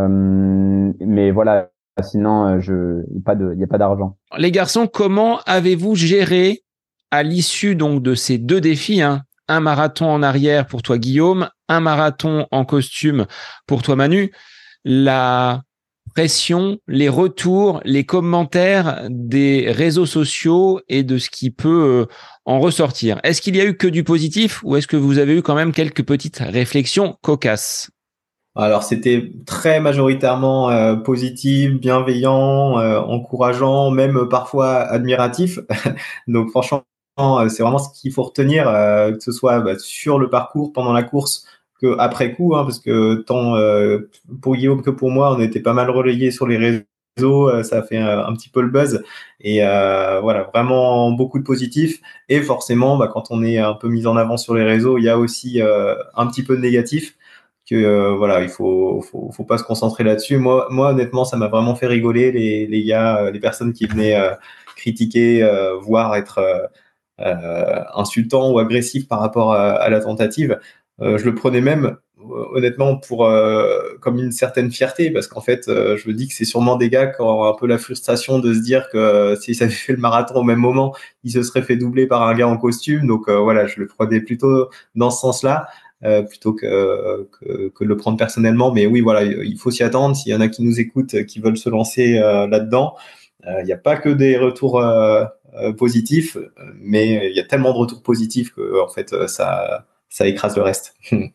B: Mais voilà, sinon, il y a pas d'argent.
A: Les garçons, comment avez-vous géré à l'issue donc de ces deux défis, hein, un marathon en arrière pour toi Guillaume, un marathon en costume pour toi Manu, la pression, les retours, les commentaires des réseaux sociaux et de ce qui peut en ressortir? Est-ce qu'il y a eu que du positif ou est-ce que vous avez eu quand même quelques petites réflexions cocasses?
C: Alors, c'était très majoritairement positif, bienveillant, encourageant, même parfois admiratif. Donc, franchement, c'est vraiment ce qu'il faut retenir, que ce soit sur le parcours, pendant la course, que après coup, hein, parce que tant pour Guillaume que pour moi, on était pas mal relayés sur les réseaux, ça a fait un petit peu le buzz. Et voilà, vraiment beaucoup de positifs. Et forcément, quand on est un peu mis en avant sur les réseaux, il y a aussi un petit peu de négatif que voilà, il faut pas se concentrer là-dessus. Moi, honnêtement, ça m'a vraiment fait rigoler les gars, les personnes qui venaient critiquer, voire être insultant ou agressif par rapport à la tentative. Je le prenais même honnêtement pour comme une certaine fierté parce qu'en fait, je me dis que c'est sûrement des gars qui ont un peu la frustration de se dire que s'ils avaient fait le marathon au même moment, ils se seraient fait doubler par un gars en costume. Donc voilà, je le prenais plutôt dans ce sens-là. Plutôt que de le prendre personnellement. Mais oui, voilà, il faut s'y attendre. S'il y en a qui nous écoutent, qui veulent se lancer là-dedans, il n'y a pas que des retours positifs, mais il y a tellement de retours positifs que en fait, ça écrase le reste.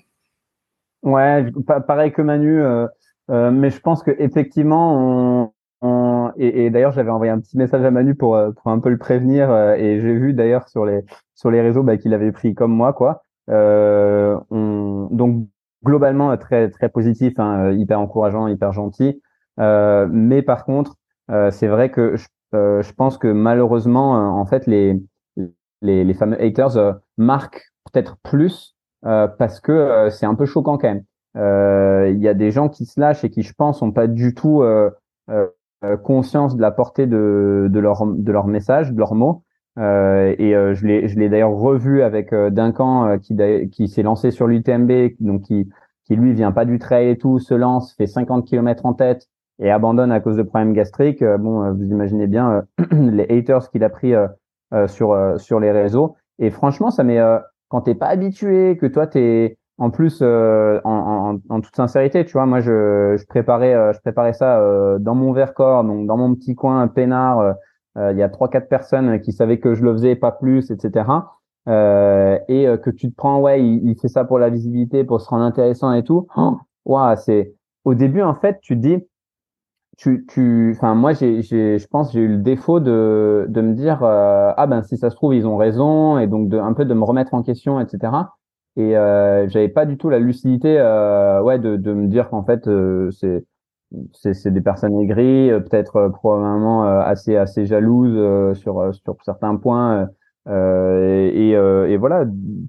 B: Ouais, pareil que Manu, mais je pense que effectivement, et d'ailleurs j'avais envoyé un petit message à Manu pour un peu le prévenir, et j'ai vu d'ailleurs sur les réseaux qu'il avait pris comme moi quoi. Donc globalement très très positif, hein, hyper encourageant, hyper gentil. Mais par contre, c'est vrai que je pense que malheureusement, en fait les fameux haters marquent peut-être plus parce que c'est un peu choquant quand même. Il y a des gens qui se lâchent et qui, je pense, ont pas du tout euh, conscience de la portée de leur message, de leurs mots. Je l'ai d'ailleurs revu avec Duncan qui s'est lancé sur l'UTMB, donc qui lui vient pas du trail et tout, se lance, fait 50 km en tête et abandonne à cause de problèmes gastriques. Vous imaginez bien les haters qu'il a pris sur les réseaux. Et franchement, ça met quand t'es pas habitué, que toi t'es en plus en toute sincérité, tu vois, moi je préparais ça dans mon Vercors, donc dans mon petit coin peinard. Il y a 3-4 personnes qui savaient que je le faisais, pas plus, etc. Que tu te prends, ouais, il fait ça pour la visibilité, pour se rendre intéressant et tout. Oh, ouah, au début, en fait, tu te dis, enfin, moi, je pense, j'ai eu le défaut de me dire, ah ben, si ça se trouve, ils ont raison, et donc un peu de me remettre en question, etc. Et j'avais pas du tout la lucidité, ouais, de me dire qu'en fait, c'est des personnes aigries, peut-être probablement assez jalouses sur certains points, et voilà,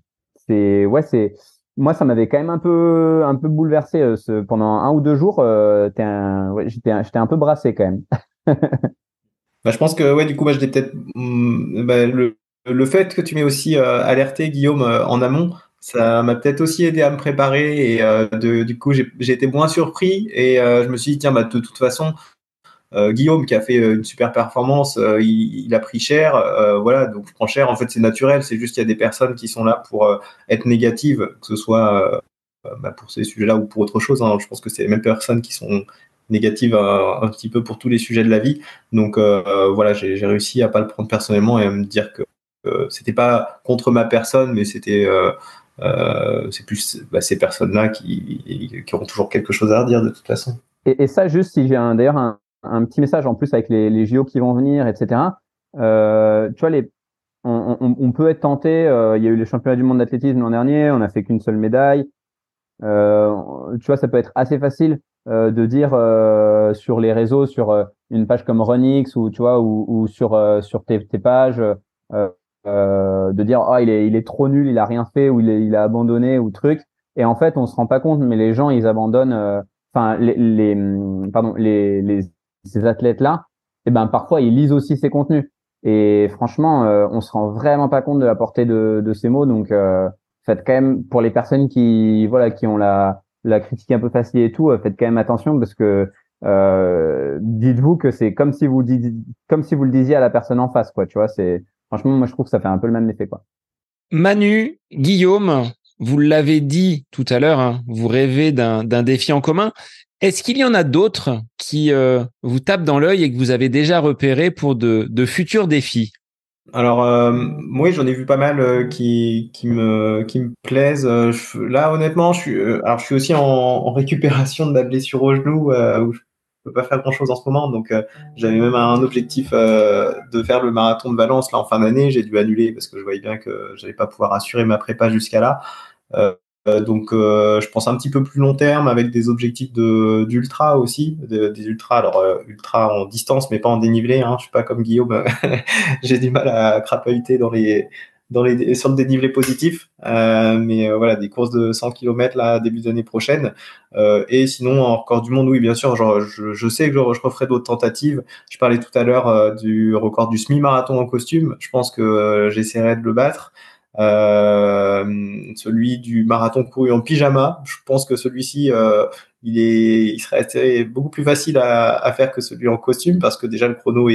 B: c'est moi, ça m'avait quand même un peu bouleversé pendant 1 ou 2 jours. Ouais, j'étais un peu brassé quand même.
C: Bah, je pense que ouais, du coup, moi, je l'ai peut-être bah, le fait que tu m'aies aussi alerté, Guillaume, en amont, ça m'a peut-être aussi aidé à me préparer et du coup, j'ai été moins surpris et je me suis dit, tiens, bah, de toute façon, Guillaume qui a fait une super performance, il a pris cher, voilà, donc je prends cher. En fait, c'est naturel, c'est juste qu'il y a des personnes qui sont là pour être négatives, que ce soit bah, pour ces sujets-là ou pour autre chose. Hein. Je pense que c'est les mêmes personnes qui sont négatives un petit peu pour tous les sujets de la vie. Donc voilà, j'ai réussi à pas le prendre personnellement et à me dire que c'était pas contre ma personne, mais c'est plus bah, ces personnes-là qui auront toujours quelque chose à redire de toute façon.
B: Et ça, juste si j'ai d'ailleurs un petit message en plus avec les JO qui vont venir, etc. Tu vois, on peut être tenté. Il y a eu les championnats du monde d'athlétisme l'an dernier, on n'a fait qu'une seule médaille. Tu vois, ça peut être assez facile de dire sur les réseaux, sur une page comme Runix ou tu vois, ou sur tes pages, de dire ah il est trop nul, il a rien fait ou il a abandonné ou truc. Et en fait, on se rend pas compte, mais les gens ils abandonnent. Enfin, pardon, ces athlètes-là, et ben parfois ils lisent aussi ces contenus. Et franchement, on se rend vraiment pas compte de la portée de ces mots. Donc faites quand même pour les personnes qui voilà qui ont la critique un peu facile et tout, faites quand même attention parce que dites-vous que c'est comme si vous le disiez à la personne en face, quoi. Tu vois, c'est franchement, moi je trouve que ça fait un peu le même effet, quoi.
A: Manu, Guillaume, vous l'avez dit tout à l'heure, hein, vous rêvez d'un défi en commun. Est-ce qu'il y en a d'autres qui vous tapent dans l'œil et que vous avez déjà repérés pour de futurs défis?
C: Alors, oui, j'en ai vu pas mal qui me plaisent. Là, honnêtement, alors, je suis aussi en récupération de ma blessure au genou où je peux pas faire grand-chose en ce moment. Donc, j'avais même un objectif de faire le marathon de Valence là en fin d'année. J'ai dû annuler parce que je voyais bien que j'allais pas pouvoir assurer ma prépa jusqu'à là. Euh, donc, je pense un petit peu plus long terme avec des objectifs d'ultra aussi, des ultras. Alors, ultra en distance, mais pas en dénivelé. Hein. Je suis pas comme Guillaume. J'ai du mal à crapahuter sur le dénivelé positif. Mais voilà, des courses de 100 km là, début d'année prochaine. Et sinon, en record du monde, oui, bien sûr, genre, je sais que je referai d'autres tentatives. Je parlais tout à l'heure du record du semi-marathon en costume. Je pense que j'essaierai de le battre. Celui du marathon couru en pyjama, je pense que celui-ci, il serait beaucoup plus facile à faire que celui en costume parce que déjà le chrono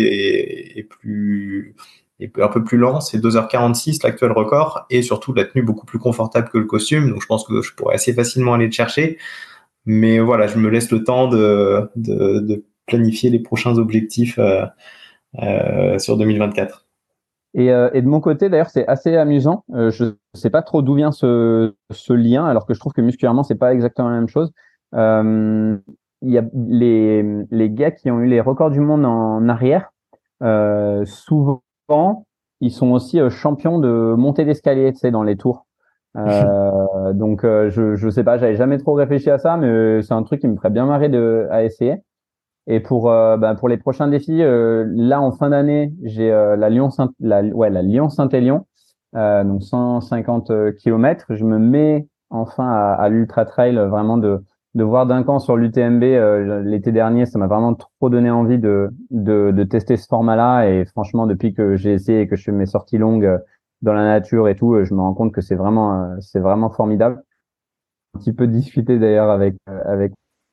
C: est un peu plus lent, c'est 2h46 l'actuel record et surtout la tenue beaucoup plus confortable que le costume, donc je pense que je pourrais assez facilement aller le chercher. Mais voilà, je me laisse le temps de planifier les prochains objectifs sur 2024.
B: Et de mon côté, d'ailleurs, c'est assez amusant. Je sais pas trop d'où vient ce lien, alors que je trouve que musculairement, c'est pas exactement la même chose. Euh, Il y a les gars qui ont eu les records du monde en arrière. Souvent, ils sont aussi champions de montée d'escalier, tu sais, dans les tours. Donc, je sais pas, j'avais jamais trop réfléchi à ça, mais c'est un truc qui me ferait bien marrer à essayer. Et pour les prochains défis, là en fin d'année, j'ai la Lyon Saint-Élion, donc 150 kilomètres. Je me mets enfin à l'ultra trail, vraiment de voir Duncan sur l'UTMB l'été dernier, ça m'a vraiment trop donné envie de tester ce format-là. Et franchement, depuis que j'ai essayé et que je fais mes sorties longues dans la nature et tout, je me rends compte que c'est vraiment formidable. Un petit peu discuté d'ailleurs avec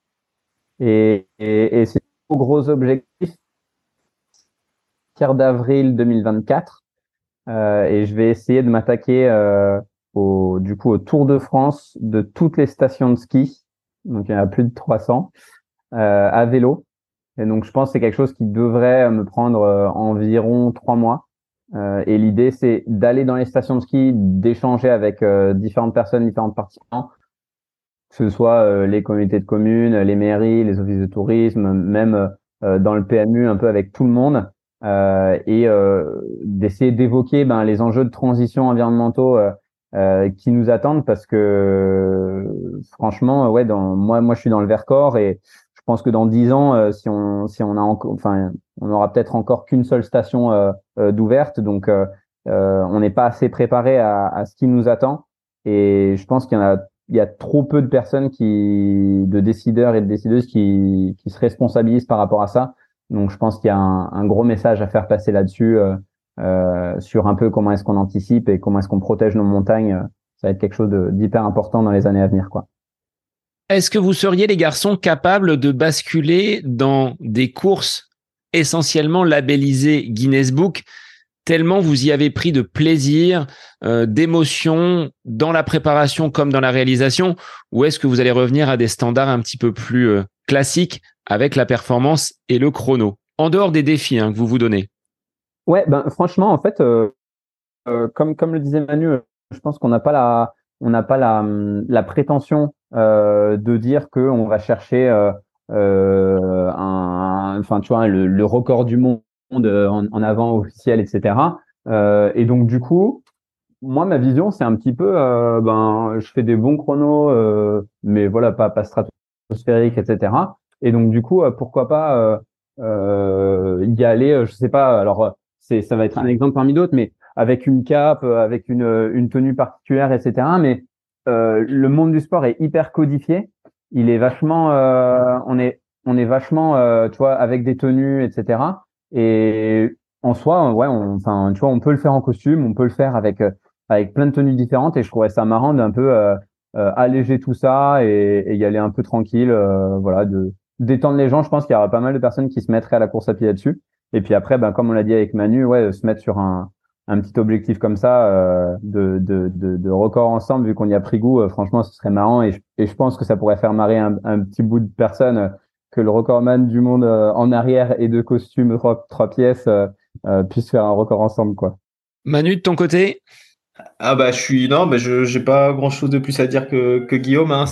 B: et c'est un gros objectif, 4 d'avril 2024. Et je vais essayer de m'attaquer au Tour de France de toutes les stations de ski. Donc, il y en a plus de 300 à vélo. Et donc, je pense que c'est quelque chose qui devrait me prendre environ 3 mois. Et l'idée, c'est d'aller dans les stations de ski, d'échanger avec différentes personnes, différents participants, que ce soit les communautés de communes, les mairies, les offices de tourisme, même dans le PMU, un peu avec tout le monde, et d'essayer d'évoquer les enjeux de transition environnementaux qui nous attendent parce que franchement, ouais, moi, je suis dans le Vercors et je pense que dans 10 ans, si on a encore, enfin, on aura peut-être encore qu'une seule station d'ouverte, donc on n'est pas assez préparé à ce qui nous attend. Et je pense qu'il y a trop peu de personnes de décideurs et de décideuses qui se responsabilisent par rapport à ça. Donc, je pense qu'il y a un gros message à faire passer là-dessus, sur un peu comment est-ce qu'on anticipe et comment est-ce qu'on protège nos montagnes. Ça va être quelque chose d'hyper important dans les années à venir, quoi.
A: Est-ce que vous seriez, les garçons, capables de basculer dans des courses essentiellement labellisées Guinness Book, tellement vous y avez pris de plaisir, d'émotion dans la préparation comme dans la réalisation, ou est-ce que vous allez revenir à des standards un petit peu plus classiques avec la performance et le chrono, en dehors des défis que vous vous donnez?
B: Ouais, franchement, en fait, comme le disait Manu, je pense qu'on n'a pas la prétention de dire qu'on va chercher enfin, tu vois, le record du monde en avant officiel, etc. Et donc, du coup, moi, ma vision, c'est un petit peu, je fais des bons chronos, mais voilà, pas stratosphériques, etc. Et donc, du coup, pourquoi pas y aller, je sais pas, alors, ça va être un exemple parmi d'autres, mais avec une cape, avec une tenue particulière, etc. Mais le monde du sport est hyper codifié. Il est vachement, on est vachement, tu vois, avec des tenues, etc. Et en soi, ouais, enfin, tu vois, on peut le faire en costume, on peut le faire avec plein de tenues différentes et je trouvais ça marrant d'un peu alléger tout ça et y aller un peu tranquille, voilà, de détendre les gens. Je pense qu'il y aura pas mal de personnes qui se mettraient à la course à pied là-dessus. Et puis après, comme on l'a dit avec Manu, ouais, se mettre sur un petit objectif comme ça de record ensemble, vu qu'on y a pris goût, franchement, ce serait marrant et je pense que ça pourrait faire marrer un petit bout de personnes que le recordman du monde en arrière et de costume trois pièces puissent faire un record ensemble, quoi.
A: Manu, de ton côté?
C: Ah bah non, je j'ai pas grand-chose de plus à dire que Guillaume, hein.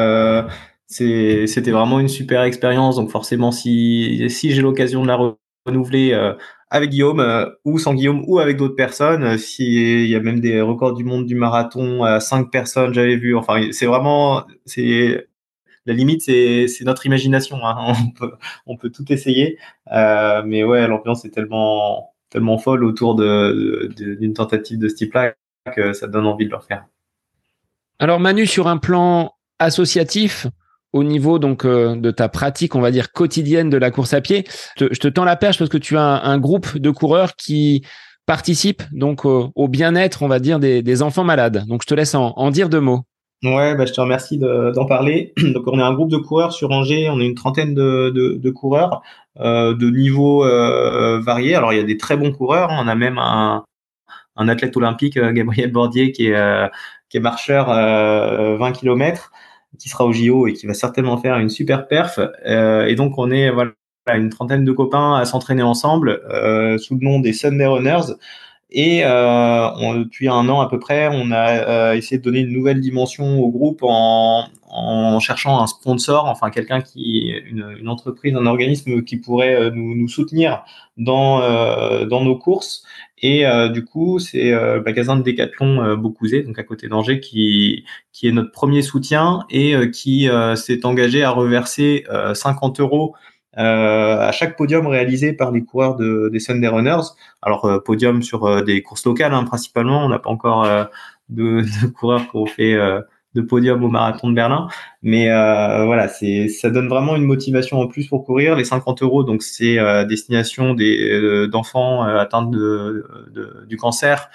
C: C'était vraiment une super expérience. Donc forcément, si j'ai l'occasion de la renouveler avec Guillaume ou sans Guillaume ou avec d'autres personnes, il y a même des records du monde du marathon à 5 personnes, j'avais vu. Enfin, c'est la limite, c'est notre imagination, hein. On peut tout essayer. Mais ouais, l'ambiance est tellement folle autour d'une tentative de ce type-là que ça donne envie de le refaire.
A: Alors Manu, sur un plan associatif, au niveau donc de ta pratique, on va dire quotidienne de la course à pied, je te tends la perche parce que tu as un groupe de coureurs qui participent donc au bien-être, on va dire, des enfants malades. Donc je te laisse en dire deux mots.
C: Ouais, je te remercie d'en parler. Donc, on est un groupe de coureurs sur Angers. On est une trentaine de coureurs de niveaux variés. Alors, il y a des très bons coureurs, hein. On a même un athlète olympique, Gabriel Bordier, qui est marcheur 20 km, qui sera au JO et qui va certainement faire une super perf. Et donc, on est voilà, une trentaine de copains à s'entraîner ensemble sous le nom des Sunday Runners. Et depuis un an à peu près, on a essayé de donner une nouvelle dimension au groupe en cherchant un sponsor, enfin quelqu'un une entreprise, un organisme qui pourrait nous soutenir dans nos courses. Et du coup, c'est le magasin de Décathlon Beaucouzé, donc à côté d'Angers, qui est notre premier soutien et qui s'est engagé à reverser 50 euros à chaque podium réalisé par les coureurs des Sunday Runners. Alors podium sur des courses locales, hein, principalement. On n'a pas encore de coureurs qui ont fait de podium au marathon de Berlin, mais voilà, ça donne vraiment une motivation en plus pour courir. Les 50 euros, donc c'est destination d'enfants atteints du cancer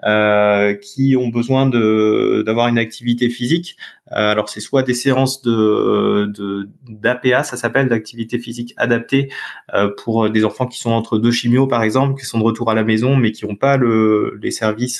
C: qui ont besoin d'avoir une activité physique. Alors c'est soit des séances d'APA, ça s'appelle, d'activité physique adaptée, pour des enfants qui sont entre deux chimios par exemple, qui sont de retour à la maison mais qui n'ont pas les services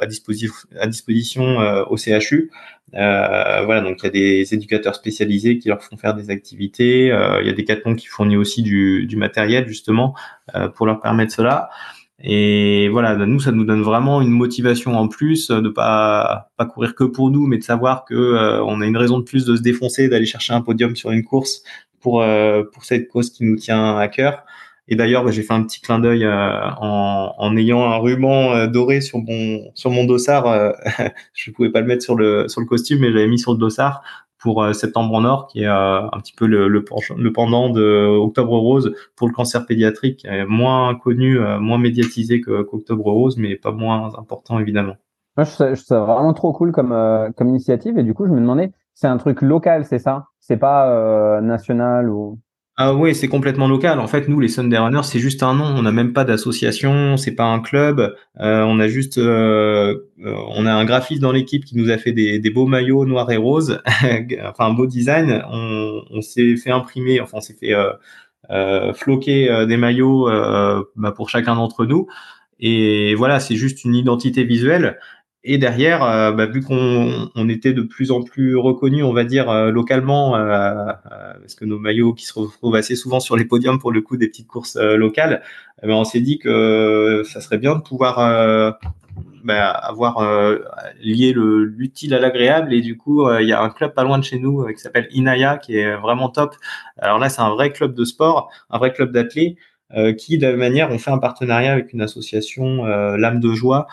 C: à disposition au CHU. Voilà, donc il y a des éducateurs spécialisés qui leur font faire des activités. Il y a Decathlon qui fournit aussi du matériel justement pour leur permettre cela. Et voilà, nous, ça nous donne vraiment une motivation en plus de pas courir que pour nous, mais de savoir que on a une raison de plus de se défoncer, d'aller chercher un podium sur une course pour cette cause qui nous tient à cœur. Et d'ailleurs, j'ai fait un petit clin d'œil en ayant un ruban doré sur mon dossard. Je pouvais pas le mettre sur le costume, mais j'avais mis sur le dossard pour Septembre en Or, qui est un petit peu le pendant de Octobre Rose pour le cancer pédiatrique, moins connu, moins médiatisé qu'Octobre Rose, mais pas moins important évidemment.
B: Moi, je trouve ça vraiment trop cool comme initiative. Et du coup, je me demandais, c'est un truc local, c'est ça? C'est pas national ou...
C: Ah oui, c'est complètement local. En fait, nous, les Sunday Runners, c'est juste un nom. On n'a même pas d'association, c'est pas un club. On a juste, on a un graphiste dans l'équipe qui nous a fait des beaux maillots noirs et roses, enfin un beau design. On s'est fait imprimer, enfin on s'est fait floquer des maillots pour chacun d'entre nous. Et voilà, c'est juste une identité visuelle. Et derrière, vu qu'on était de plus en plus reconnus, on va dire localement, parce que nos maillots qui se retrouvent assez souvent sur les podiums pour le coup des petites courses locales, on s'est dit que ça serait bien de pouvoir avoir lié l'utile à l'agréable. Et du coup, il y a un club pas loin de chez nous qui s'appelle Inaya, qui est vraiment top. Alors là, c'est un vrai club de sport, un vrai club d'athlètes qui, de la même manière, ont fait un partenariat avec une association, l'âme de joie,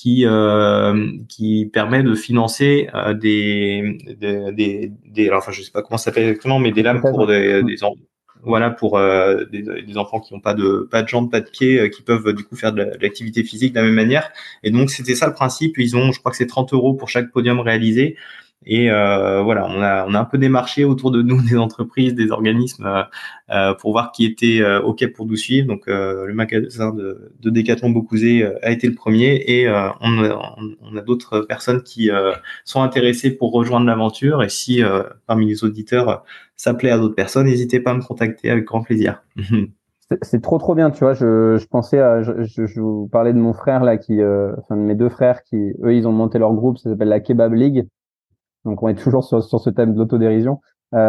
C: qui permet de financer alors, enfin, je sais pas comment ça s'appelle exactement, mais des lames pour voilà, pour des enfants qui n'ont pas de jambes, pas de pieds, qui peuvent du coup faire de l'activité physique de la même manière. Et donc c'était ça le principe. Ils ont, je crois que c'est 30 € pour chaque podium réalisé. Et voilà, on a un peu démarché autour de nous des entreprises, des organismes pour voir qui était OK pour nous suivre. Donc le magasin de Decathlon Beaucouzé a été le premier, et on a d'autres personnes qui sont intéressées pour rejoindre l'aventure. Et si parmi les auditeurs ça plaît à d'autres personnes, n'hésitez pas à me contacter avec grand plaisir.
B: C'est trop trop bien, tu vois. Je pensais à, je vous parlais de mon frère là enfin de mes deux frères qui, eux, ils ont monté leur groupe, ça s'appelle la Kebab League. Donc on est toujours sur ce thème de l'autodérision.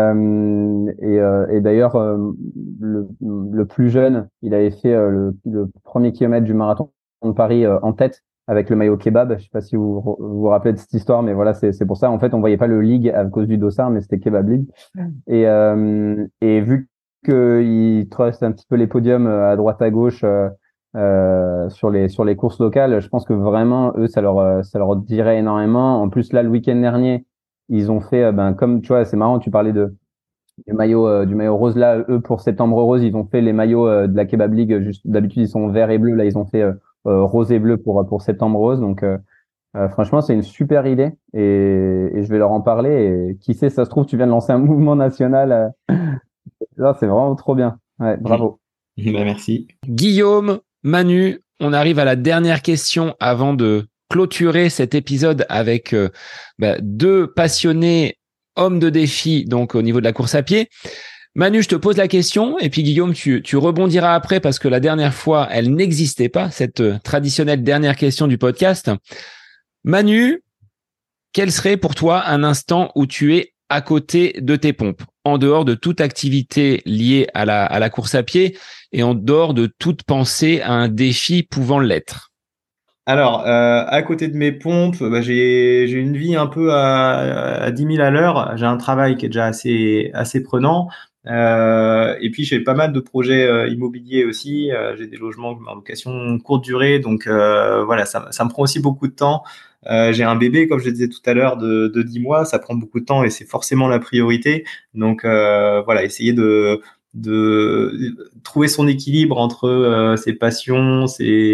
B: Et d'ailleurs, le plus jeune, il avait fait le premier kilomètre du marathon de Paris en tête avec le maillot kebab. Je sais pas si vous rappelez de cette histoire, mais voilà, c'est pour ça. En fait, on voyait pas le League à cause du dossard, mais c'était Kebab League. Et vu qu'il trust un petit peu les podiums à droite à gauche sur les courses locales, je pense que vraiment eux ça leur dirait énormément. En plus là, le week-end dernier, ils ont fait comme tu vois, c'est marrant, tu parlais du maillot rose là. Eux, pour Septembre Rose, ils ont fait les maillots de la Kebab League. Juste d'habitude ils sont vert et bleu, là ils ont fait rose et bleu pour Septembre Rose. Donc franchement, c'est une super idée, et je vais leur en parler. Et qui sait, ça se trouve, tu viens de lancer un mouvement national. Là, c'est vraiment trop bien. Ouais, bravo.
C: Merci.
A: Guillaume, Manu, on arrive à la dernière question avant de clôturer cet épisode avec deux passionnés hommes de défi, donc au niveau de la course à pied. Manu, je te pose la question, et puis Guillaume, tu rebondiras après, parce que la dernière fois, elle n'existait pas, cette traditionnelle dernière question du podcast. Manu, quel serait pour toi un instant où tu es à côté de tes pompes, en dehors de toute activité liée à la course à pied et en dehors de toute pensée à un défi pouvant l'être?
C: Alors, à côté de mes pompes, j'ai une vie un peu à 10 000 à l'heure. J'ai un travail qui est déjà assez prenant. Et puis, j'ai pas mal de projets immobiliers aussi. J'ai des logements en location courte durée. Donc, voilà, ça me prend aussi beaucoup de temps. J'ai un bébé, comme je disais tout à l'heure, de 10 mois. Ça prend beaucoup de temps et c'est forcément la priorité. Donc, voilà, essayer de trouver son équilibre entre ses passions,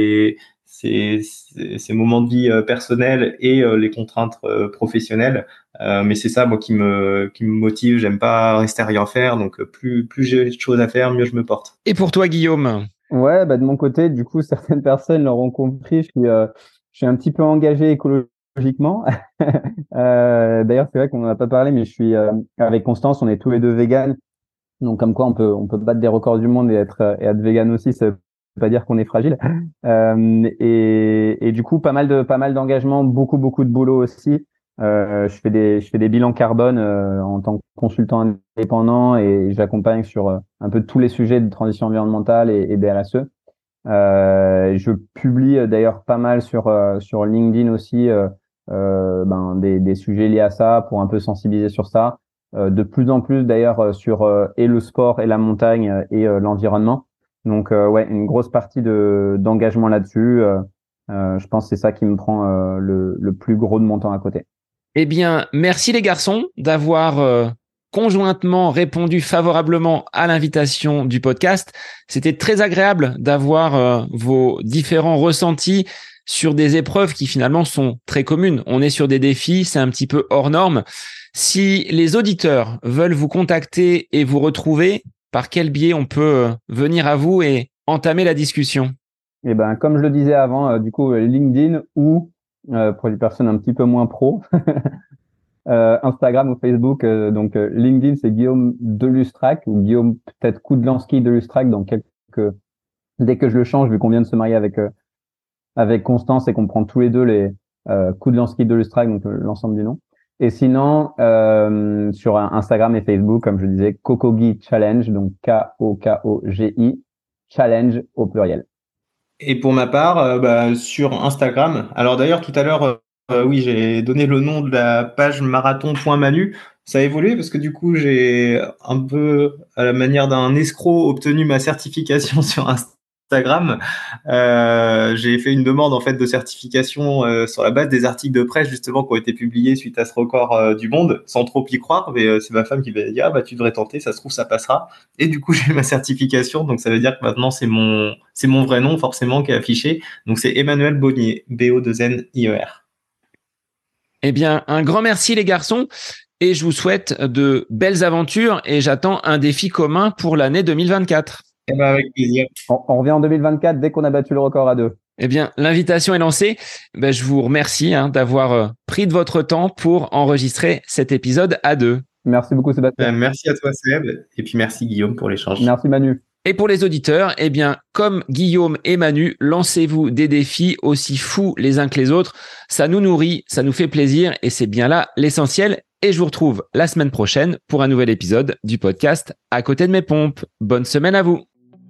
C: ces moments de vie personnels et les contraintes professionnelles. Mais c'est ça, moi, qui me motive. J'aime pas rester à rien faire. Donc, plus j'ai de choses à faire, mieux je me porte.
A: Et pour toi, Guillaume?
B: Ouais, de mon côté, du coup, certaines personnes l'auront compris. Je suis un petit peu engagé écologiquement. D'ailleurs, c'est vrai qu'on n'en a pas parlé, mais je suis avec Constance, on est tous les deux véganes. Donc, comme quoi, on peut battre des records du monde et être vegan aussi. Ça veut pas dire qu'on est fragile. Et du coup, pas mal d'engagement, beaucoup de boulot aussi. Je fais des bilans carbone en tant que consultant indépendant, et j'accompagne sur un peu tous les sujets de transition environnementale et des RSE. Je publie d'ailleurs pas mal sur LinkedIn aussi des sujets liés à ça pour un peu sensibiliser sur ça. De plus en plus d'ailleurs sur et le sport et la montagne et l'environnement. Donc ouais, une grosse partie d'engagement là-dessus. Je pense que c'est ça qui me prend le plus gros de mon temps à côté.
A: Eh bien, merci les garçons d'avoir conjointement répondu favorablement à l'invitation du podcast. C'était très agréable d'avoir vos différents ressentis sur des épreuves qui finalement sont très communes. On est sur des défis, c'est un petit peu hors norme. Si les auditeurs veulent vous contacter et vous retrouver, par quel biais on peut venir à vous et entamer la discussion?
B: Et ben, comme je le disais avant, du coup, LinkedIn ou pour les personnes un petit peu moins pro, Instagram ou Facebook. Donc LinkedIn, c'est Guillaume Delustrac ou Guillaume peut-être Koudlanski Delustrac. Donc dès que je le change, vu qu'on vient de se marier avec Constance et qu'on prend tous les deux les Koudlanski Delustrac, donc l'ensemble du nom. Et sinon, sur Instagram et Facebook, comme je disais, Kokogi Challenge, donc Kokogi Challenge au pluriel.
C: Et pour ma part, sur Instagram, alors d'ailleurs tout à l'heure, oui, j'ai donné le nom de la page marathon.manu. Ça a évolué parce que du coup, j'ai un peu, à la manière d'un escroc, obtenu ma certification sur Instagram. J'ai fait une demande en fait de certification sur la base des articles de presse justement qui ont été publiés suite à ce record du monde, sans trop y croire. Mais c'est ma femme qui m'a dit ah bah tu devrais tenter, ça se trouve ça passera. Et du coup j'ai eu ma certification, donc ça veut dire que maintenant c'est mon vrai nom forcément qui est affiché. Donc c'est Emmanuel Bonnier, B-O-2-N-I-E-R.
A: Eh bien, un grand merci les garçons et je vous souhaite de belles aventures et j'attends un défi commun pour l'année 2024.
C: Eh ben avec plaisir.
B: On revient en 2024 dès qu'on a battu le record à 2.
A: Eh bien, l'invitation est lancée. Je vous remercie d'avoir pris de votre temps pour enregistrer cet épisode à 2.
B: Merci beaucoup Sébastien.
C: Merci à toi Seb et puis merci Guillaume pour l'échange.
B: Merci Manu.
A: Et pour les auditeurs, eh bien, comme Guillaume et Manu, lancez-vous des défis aussi fous les uns que les autres. Ça nous nourrit, ça nous fait plaisir et c'est bien là l'essentiel. Et je vous retrouve la semaine prochaine pour un nouvel épisode du podcast À côté de mes pompes. Bonne semaine à vous.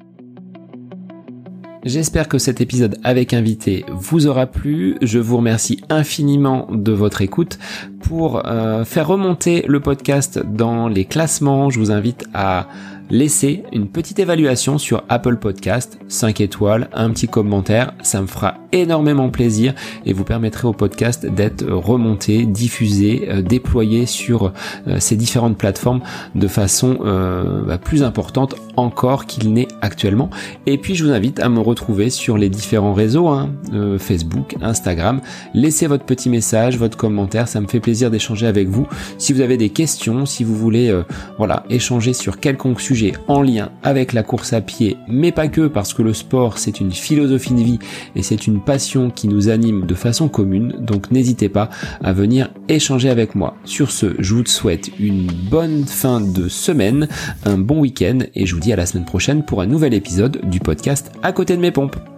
A: J'espère que cet épisode avec invité vous aura plu. Je vous remercie infiniment de votre écoute. Pour faire remonter le podcast dans les classements, je vous invite à laisser une petite évaluation sur Apple Podcast, 5 étoiles, un petit commentaire, ça me fera énormément plaisir et vous permettrez au podcast d'être remonté, diffusé, déployé sur ces différentes plateformes de façon plus importante encore qu'il n'est actuellement. Et puis je vous invite à me retrouver sur les différents réseaux, Facebook, Instagram. Laissez votre petit message, votre commentaire, ça me fait plaisir d'échanger avec vous. Si vous avez des questions, si vous voulez échanger sur quelconque sujet en lien avec la course à pied, mais pas que, parce que le sport c'est une philosophie de vie et c'est une passion qui nous anime de façon commune, donc n'hésitez pas à venir échanger avec moi. Sur ce, je vous souhaite une bonne fin de semaine, un bon week-end et je vous dis à la semaine prochaine pour un nouvel épisode du podcast À côté de mes pompes.